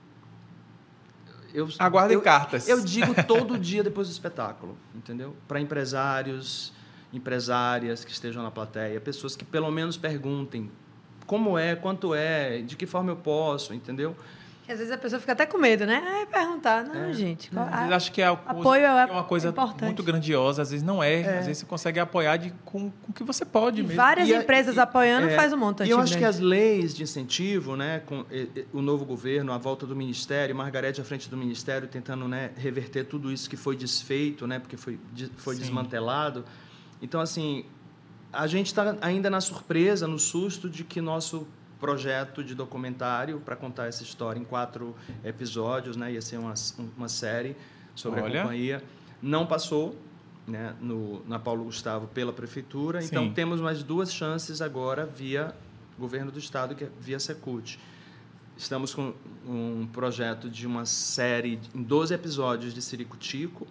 eu aguardem eu, cartas. Eu digo todo dia depois do espetáculo, entendeu? Para empresários, empresárias que estejam na plateia, pessoas que pelo menos perguntem como é, quanto é, de que forma eu posso, entendeu? Que às vezes a pessoa fica até com medo, né? É perguntar, não, é. gente. Às vezes acho que é, apoio é, é uma coisa importante. muito grandiosa, às vezes não é. é. Às vezes você consegue apoiar de, com, com o que você pode e mesmo. Várias e empresas e, apoiando é, faz um montante. E eu acho grande. que as leis de incentivo, né, com e, e, o novo governo, a volta do Ministério, Margarete à frente do Ministério, tentando, né, reverter tudo isso que foi desfeito, né, porque foi, foi desmantelado. Então, assim, a gente está ainda na surpresa, no susto de que nosso projeto de documentário para contar essa história em quatro episódios, né? Ia ser uma, uma série sobre Olha. a companhia. Não passou, né? No, na Paulo Gustavo pela Prefeitura. Sim. Então, temos mais duas chances agora via Governo do Estado, que é via Secult. Estamos com um projeto de uma série em doze episódios de Siricutico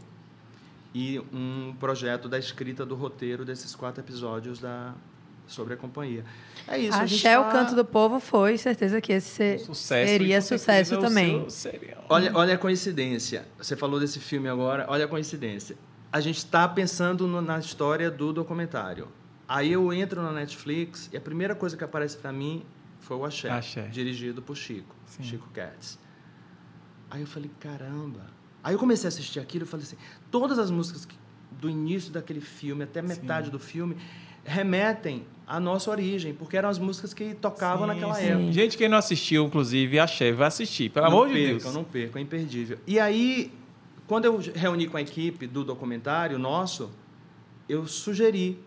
e um projeto da escrita do roteiro desses quatro episódios da... sobre a companhia. É isso. Axé, tá... o Canto do Povo, foi certeza que esse ser... sucesso, seria sucesso também. Olha, olha a coincidência. Você falou desse filme agora, olha a coincidência. A gente está pensando no, na história do documentário. Aí eu entro na Netflix e a primeira coisa que aparece para mim foi o Axé, Axé, dirigido por Chico, Sim. Chico Katz. Aí eu falei, caramba. Aí eu comecei a assistir aquilo e falei assim, todas as músicas que, do início daquele filme até metade Sim. do filme remetem à nossa origem, porque eram as músicas que tocavam sim, naquela sim. época. Gente, quem não assistiu, inclusive, Axé, vai assistir, pelo não amor perca, de Deus. Não perca, não perca, é imperdível. E aí, quando eu reuni com a equipe do documentário nosso, eu sugeri.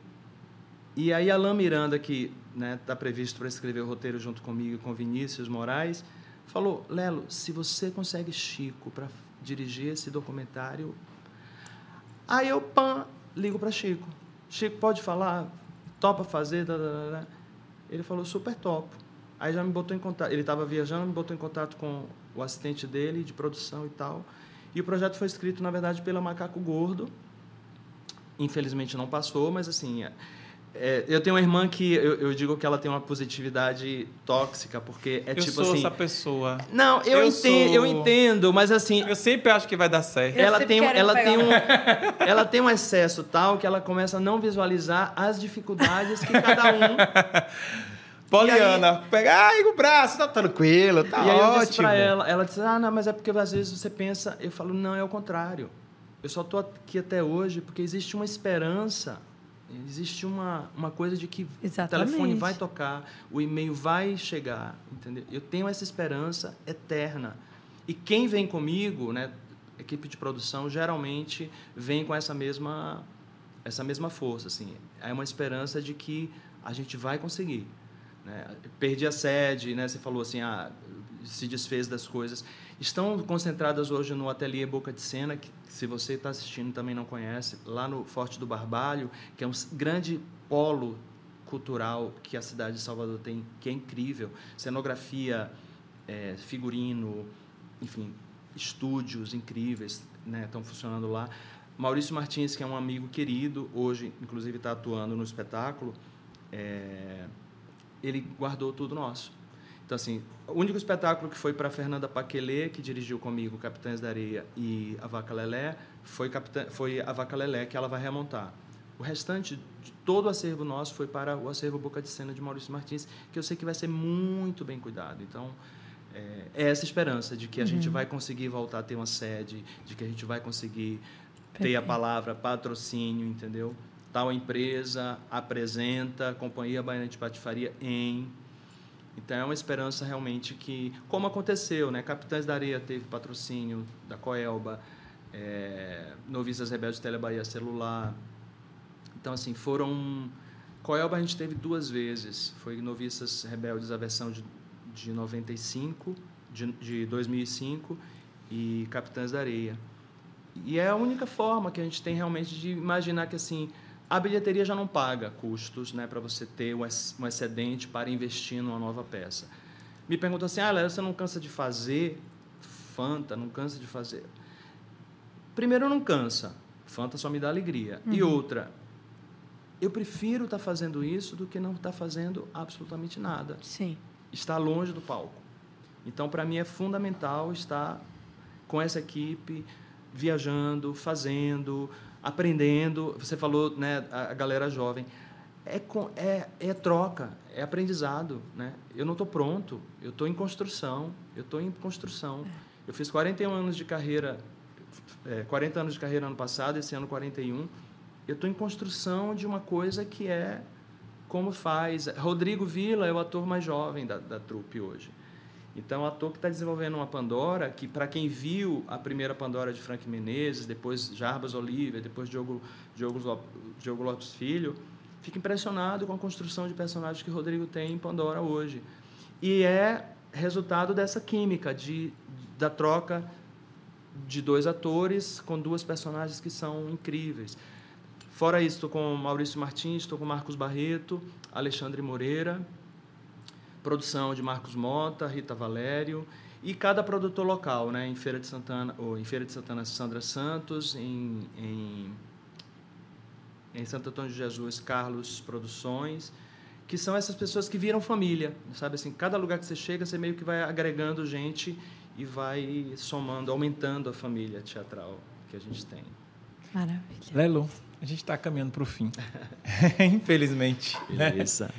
E aí, Alain Miranda, que está, né, previsto para escrever o roteiro junto comigo e com Vinícius Moraes, falou, Lelo, se você consegue Chico para dirigir esse documentário... Aí eu, pã, ligo para Chico. Chico, pode falar? Topa fazer? Da, da, da. Ele falou, super topo. Aí já me botou em contato. Ele estava viajando, me botou em contato com o assistente dele, de produção e tal. E o projeto foi escrito, na verdade, pela Macaco Gordo. Infelizmente não passou, mas assim... É, eu tenho uma irmã que eu, eu digo que ela tem uma positividade tóxica, porque é eu tipo sou assim... essa pessoa. Não, eu, eu entendo, sou... eu entendo, mas assim... Eu sempre acho que vai dar certo. Ela tem, ela, tem um, ela tem um excesso tal que ela começa a não visualizar as dificuldades que cada um... Poliana, pega, ai, o braço, tá tranquilo, tá e aí ótimo. eu disse pra ela, ela disse, ah, não, mas é porque às vezes você pensa... Eu falo, não, é o contrário. Eu só tô aqui até hoje porque existe uma esperança... Existe uma, uma coisa de que Exatamente. O telefone vai tocar, o e-mail vai chegar, entendeu? Eu tenho essa esperança eterna. E quem vem comigo, né, equipe de produção, geralmente vem com essa mesma, essa mesma força. Assim. É uma esperança de que a gente vai conseguir. Né? Perdi a sede, né? Você falou assim, ah, se desfez das coisas. Estão concentradas hoje no Ateliê Boca de Sena, que, se você está assistindo também não conhece, lá no Forte do Barbalho, que é um grande polo cultural que a cidade de Salvador tem, que é incrível. Cenografia, é, figurino, enfim, estúdios incríveis, né, estão funcionando lá. Maurício Martins, que é um amigo querido, hoje, inclusive, está atuando no espetáculo, é, ele guardou tudo nosso. Então, assim, o único espetáculo que foi para Fernanda Paquelê, que dirigiu comigo Capitães da Areia e A Vaca Lelé, foi, Capitã, foi A Vaca Lelé, que ela vai remontar. O restante de todo o acervo nosso foi para o acervo Boca de Sena de Maurício Martins, que eu sei que vai ser muito bem cuidado. Então, é, é essa esperança de que a uhum. gente vai conseguir voltar a ter uma sede, de que a gente vai conseguir Perfeito. ter a palavra patrocínio, entendeu? Tal empresa apresenta Companhia Baiana de Patifaria em... Então, é uma esperança realmente que, como aconteceu, né? Capitães da Areia teve patrocínio da Coelba, é, Noviças Rebeldes Telebahia Celular. Então, assim, foram... Coelba a gente teve duas vezes. Foi Noviças Rebeldes, a versão de, de noventa e cinco, de, de dois mil e cinco, e Capitães da Areia. E é a única forma que a gente tem realmente de imaginar que, assim... A bilheteria já não paga custos, né, para você ter um excedente para investir numa nova peça. Me perguntam assim, ah, Léo, você não cansa de fazer Fanta? Não cansa de fazer? Primeiro, não cansa. Fanta só me dá alegria. Uhum. E outra, eu prefiro estar fazendo isso do que não estar fazendo absolutamente nada. Sim. Estar longe do palco. Então, para mim, é fundamental estar com essa equipe, viajando, fazendo... aprendendo, você falou, né, a galera jovem, é, é, é troca, é aprendizado, né? Eu não estou pronto, eu estou em construção, eu estou em construção. Eu fiz quarenta e um anos de carreira, é, quarenta anos de carreira ano passado, esse ano quarenta e um, eu estou em construção de uma coisa que é como faz. Rodrigo Villa é o ator mais jovem da, da trupe hoje. Então, o ator que está desenvolvendo uma Pandora, que, para quem viu a primeira Pandora de Frank Menezes, depois Jarbas Oliveira, depois Diogo, Diogo, Diogo Lopes Filho, fica impressionado com a construção de personagens que o Rodrigo tem em Pandora hoje. E é resultado dessa química, de, da troca de dois atores com duas personagens que são incríveis. Fora isso, estou com Maurício Martins, estou com Marcos Barreto, Alexandre Moreira... produção de Marcos Mota, Rita Valério, e cada produtor local, né? Em Feira de Santana, ou em Feira de Santana, Sandra Santos, em, em, em Santo Antônio de Jesus, Carlos Produções, que são essas pessoas que viram família, sabe assim, cada lugar que você chega, você meio que vai agregando gente e vai somando, aumentando a família teatral que a gente tem. Maravilha. Lelo, a gente está caminhando para o fim, infelizmente. Beleza.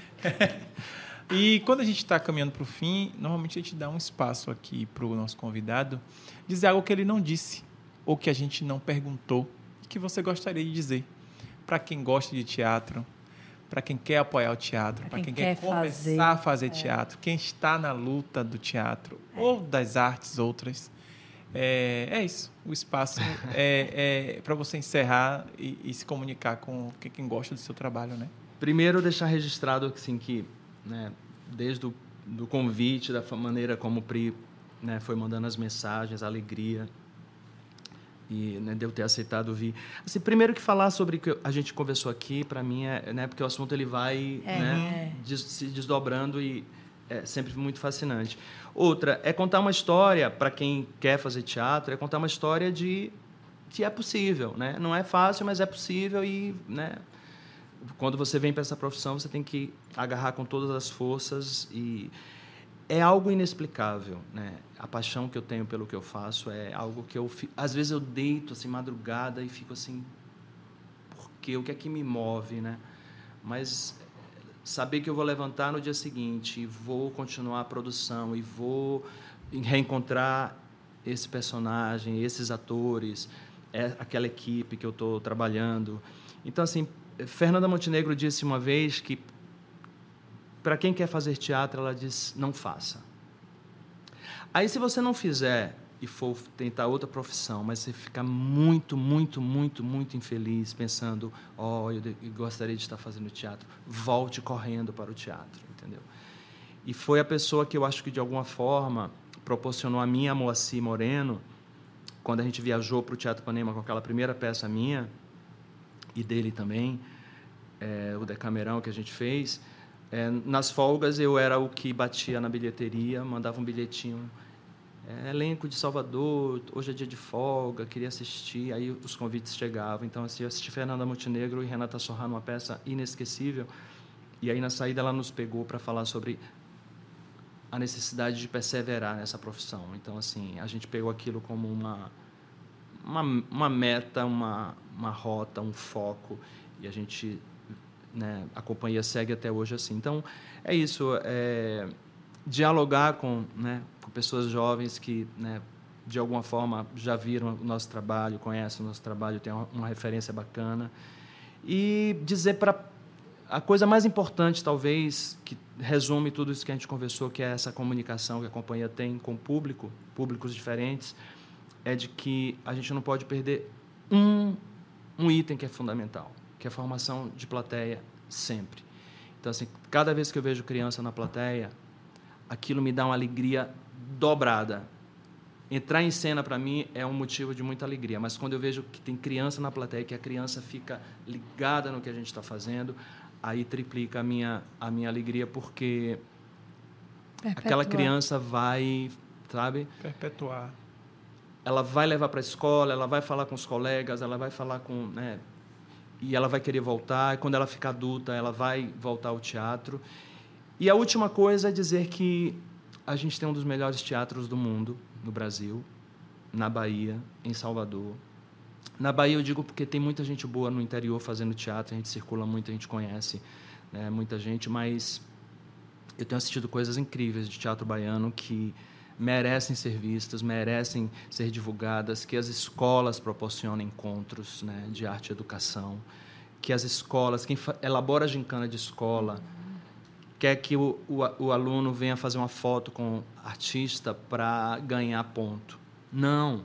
E quando a gente está caminhando para o fim, normalmente a gente dá um espaço aqui para o nosso convidado dizer algo que ele não disse ou que a gente não perguntou e que você gostaria de dizer para quem gosta de teatro, para quem quer apoiar o teatro, para quem, quem quer, quer começar fazer, a fazer é. teatro, quem está na luta do teatro é. ou das artes outras. É, é isso. O espaço é, é para você encerrar e, e se comunicar com quem gosta do seu trabalho, né? Primeiro, deixar registrado assim, que né, desde o do convite, da maneira como o Pri né, foi mandando as mensagens, a alegria. e né, de eu ter aceitado vir. Assim, primeiro que falar sobre o que a gente conversou aqui, para mim, é, né, porque o assunto ele vai é. né, des, se desdobrando e é sempre muito fascinante. Outra, é contar uma história, para quem quer fazer teatro, é contar uma história de que é possível. Né? Não é fácil, mas é possível e... Né, quando você vem para essa profissão, você tem que agarrar com todas as forças e é algo inexplicável, né? A paixão que eu tenho pelo que eu faço é algo que eu às vezes eu deito assim madrugada e fico assim, por quê? O que é que me move, né? Mas saber que eu vou levantar no dia seguinte e vou continuar a produção e vou reencontrar esse personagem, esses atores, é aquela equipe que eu estou trabalhando. Então assim, Fernanda Montenegro disse uma vez que, para quem quer fazer teatro, ela diz, não faça. Aí, se você não fizer e for tentar outra profissão, mas você ficar muito, muito, muito, muito infeliz, pensando, ó, oh, eu gostaria de estar fazendo teatro, volte correndo para o teatro, entendeu? E foi a pessoa que eu acho que, de alguma forma, proporcionou a mim, a Moacir Moreno, quando a gente viajou para o Teatro Ipanema com aquela primeira peça minha, e dele também, é, o Decamerão que a gente fez, é, nas folgas eu era o que batia na bilheteria, mandava um bilhetinho, é, elenco de Salvador, hoje é dia de folga, queria assistir, aí os convites chegavam. Então, assim, eu assisti Fernanda Montenegro e Renata Sorrah numa peça inesquecível, e aí na saída ela nos pegou para falar sobre a necessidade de perseverar nessa profissão. Então, assim, a gente pegou aquilo como uma... Uma, uma meta, uma, uma rota, um foco, e a gente, né, a companhia segue até hoje assim. Então, é isso, é, dialogar com, né, com pessoas jovens que, né, de alguma forma, já viram o nosso trabalho, conhecem o nosso trabalho, tem uma, uma referência bacana, e dizer para... A coisa mais importante, talvez, que resume tudo isso que a gente conversou, que é essa comunicação que a companhia tem com o público, públicos diferentes, é de que a gente não pode perder um, um item que é fundamental, que é a formação de plateia sempre. Então, assim, cada vez que eu vejo criança na plateia, aquilo me dá uma alegria dobrada. Entrar em cena, para mim, é um motivo de muita alegria, mas quando eu vejo que tem criança na plateia, que a criança fica ligada no que a gente está fazendo, aí triplica a minha, a minha alegria, porque Perpetuar. Aquela criança vai, sabe? Perpetuar. Ela vai levar para a escola, ela vai falar com os colegas, ela vai falar com... Né, e ela vai querer voltar, e quando ela ficar adulta, ela vai voltar ao teatro. E a última coisa é dizer que a gente tem um dos melhores teatros do mundo, no Brasil, na Bahia, em Salvador. Na Bahia eu digo porque tem muita gente boa no interior fazendo teatro, a gente circula muito, a gente conhece, né, muita gente, mas eu tenho assistido coisas incríveis de teatro baiano que merecem ser vistas, merecem ser divulgadas, que as escolas proporcionem encontros, né, de arte e educação, que as escolas, quem elabora a gincana de escola, quer que o, o, o aluno venha fazer uma foto com o artista para ganhar ponto. Não.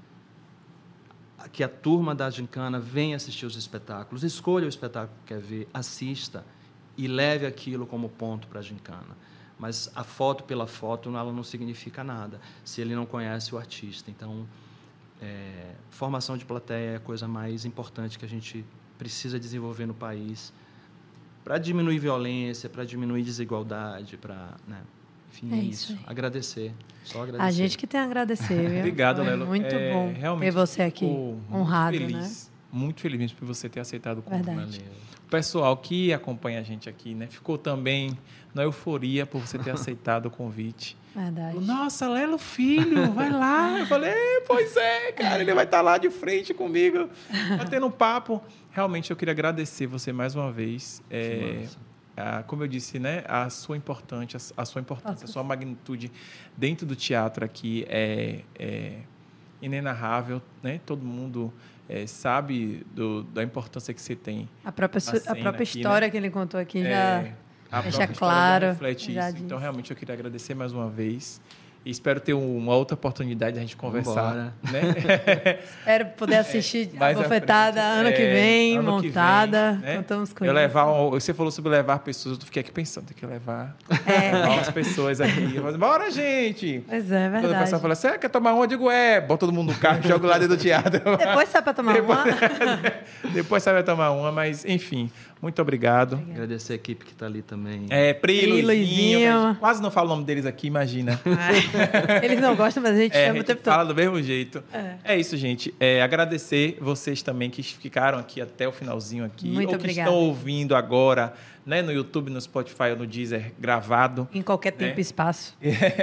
Que a turma da gincana venha assistir os espetáculos, escolha o espetáculo que quer ver, assista e leve aquilo como ponto para a gincana. Mas a foto pela foto, ela não significa nada, se ele não conhece o artista. Então, é, formação de plateia é a coisa mais importante que a gente precisa desenvolver no país para diminuir violência, para diminuir desigualdade, para... Né, enfim, é, é isso. isso. Agradecer. Só agradecer. A gente que tem a agradecer, viu? Obrigado, Foi Lelo. muito é, bom realmente ter você aqui, honrado, feliz, né? Muito feliz por você ter aceitado o convite. Verdade. O pessoal que acompanha a gente aqui, né, ficou também na euforia por você ter aceitado o convite. Verdade. Nossa, Lelo Filho, vai lá. Eu falei, pois é, cara, ele vai estar lá de frente comigo, batendo um papo. Realmente, eu queria agradecer você mais uma vez. É, a, como eu disse, né, a sua importante, a, a sua importância, a sua magnitude dentro do teatro aqui é, é inenarrável, né? Todo mundo é, sabe do, da importância que você tem. A própria, a própria aqui, história, né, que ele contou aqui já... É, a deixa claro. Reflete isso. Então, realmente, eu queria agradecer mais uma vez. E espero ter uma outra oportunidade de a gente conversar. Né? Espero poder assistir é, a bofetada ano que vem, ano montada. Que vem, né? Contamos com eu isso. Levar, você falou sobre levar pessoas, eu fiquei aqui pensando, tem que levar, é. levar umas pessoas aqui. Eu falei, bora, gente! Pois é, é verdade. Quando o pessoal fala, você quer tomar uma? Eu digo, é, bota todo mundo no carro e joga lá dentro do teatro. Depois sai pra tomar depois, uma. Depois sai pra tomar uma, mas enfim, muito obrigado. Obrigado. Agradecer a equipe que está ali também. É, Pri, Pri Luizinho. Quase não falo o nome deles aqui, imagina. Eles não gostam, mas a gente é, chama o tempo todo. Fala todo. do mesmo jeito. É, é isso, gente. É, agradecer vocês também que ficaram aqui até o finalzinho aqui. Muito ou obrigada. que estão ouvindo agora, né, no YouTube, no Spotify ou no Deezer, gravado. Em qualquer né? tempo e espaço.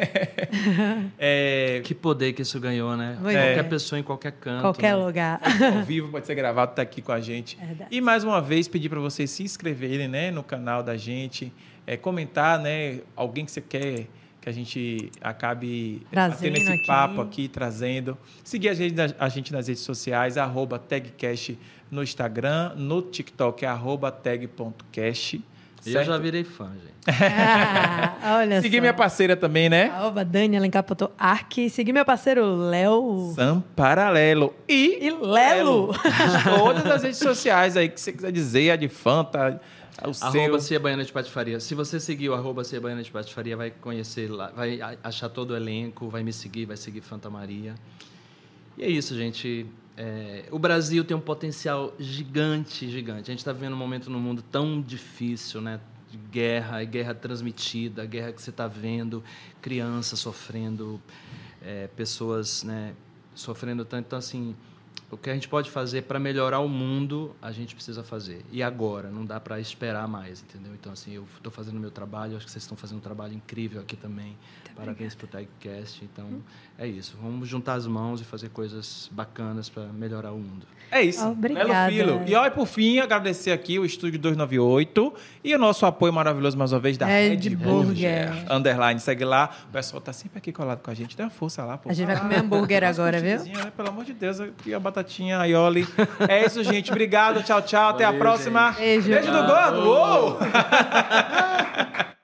é... Que poder que isso ganhou, né? Muito Qualquer é. pessoa em qualquer canto. Qualquer né? lugar. Ao vivo, pode ser gravado, tá aqui com a gente. Verdade. E mais uma vez, pedir para vocês se inscreverem, né, no canal da gente, é, comentar, né, alguém que você quer que a gente acabe trazendo tendo esse aqui. papo aqui, trazendo. Seguir a gente, a gente nas redes sociais, arroba tagcast no Instagram, no TikTok é arroba tag.cast. E eu já virei fã, gente. Ah, olha Seguir só. minha parceira também, né? Arroba Dani Alencar Potô Arque. Seguir meu parceiro Léo. Sam Paralelo. E, E Lelo. Todas as redes sociais aí que você quiser dizer, a de Fanta, o Arroba seu. Cia Baiana de Patifaria. Se você seguir o arroba Cia Baiana de Patifaria, vai conhecer lá, vai achar todo o elenco, vai me seguir, vai seguir Fanta Maria. E é isso, gente. É, o Brasil tem um potencial gigante, gigante. A gente está vivendo um momento no mundo tão difícil, né? De guerra, guerra transmitida, guerra que você está vendo, crianças sofrendo, é, pessoas, né, sofrendo tanto. Então, assim, o que a gente pode fazer para melhorar o mundo, a gente precisa fazer. E agora, não dá para esperar mais, entendeu? Então, assim, eu estou fazendo o meu trabalho, acho que vocês estão fazendo um trabalho incrível aqui também. Muito Parabéns para o Tagcast. Então, hum. é isso. Vamos juntar as mãos e fazer coisas bacanas para melhorar o mundo. É isso. Obrigada. Belo Filo. E olha, por fim, agradecer aqui o Estúdio duzentos e noventa e oito e o nosso apoio maravilhoso, mais uma vez, da Red Red Burger. Burger. Underline, segue lá. O pessoal tá sempre aqui colado com a gente. Dá uma força lá, pô. A gente vai comer hambúrguer agora, viu? Né? Pelo amor de Deus, aqui a batatinha, a aioli. É isso, gente. Obrigado. Tchau, tchau. Até Valeu, a próxima. Gente. Beijo. Beijo do gordo. Uou!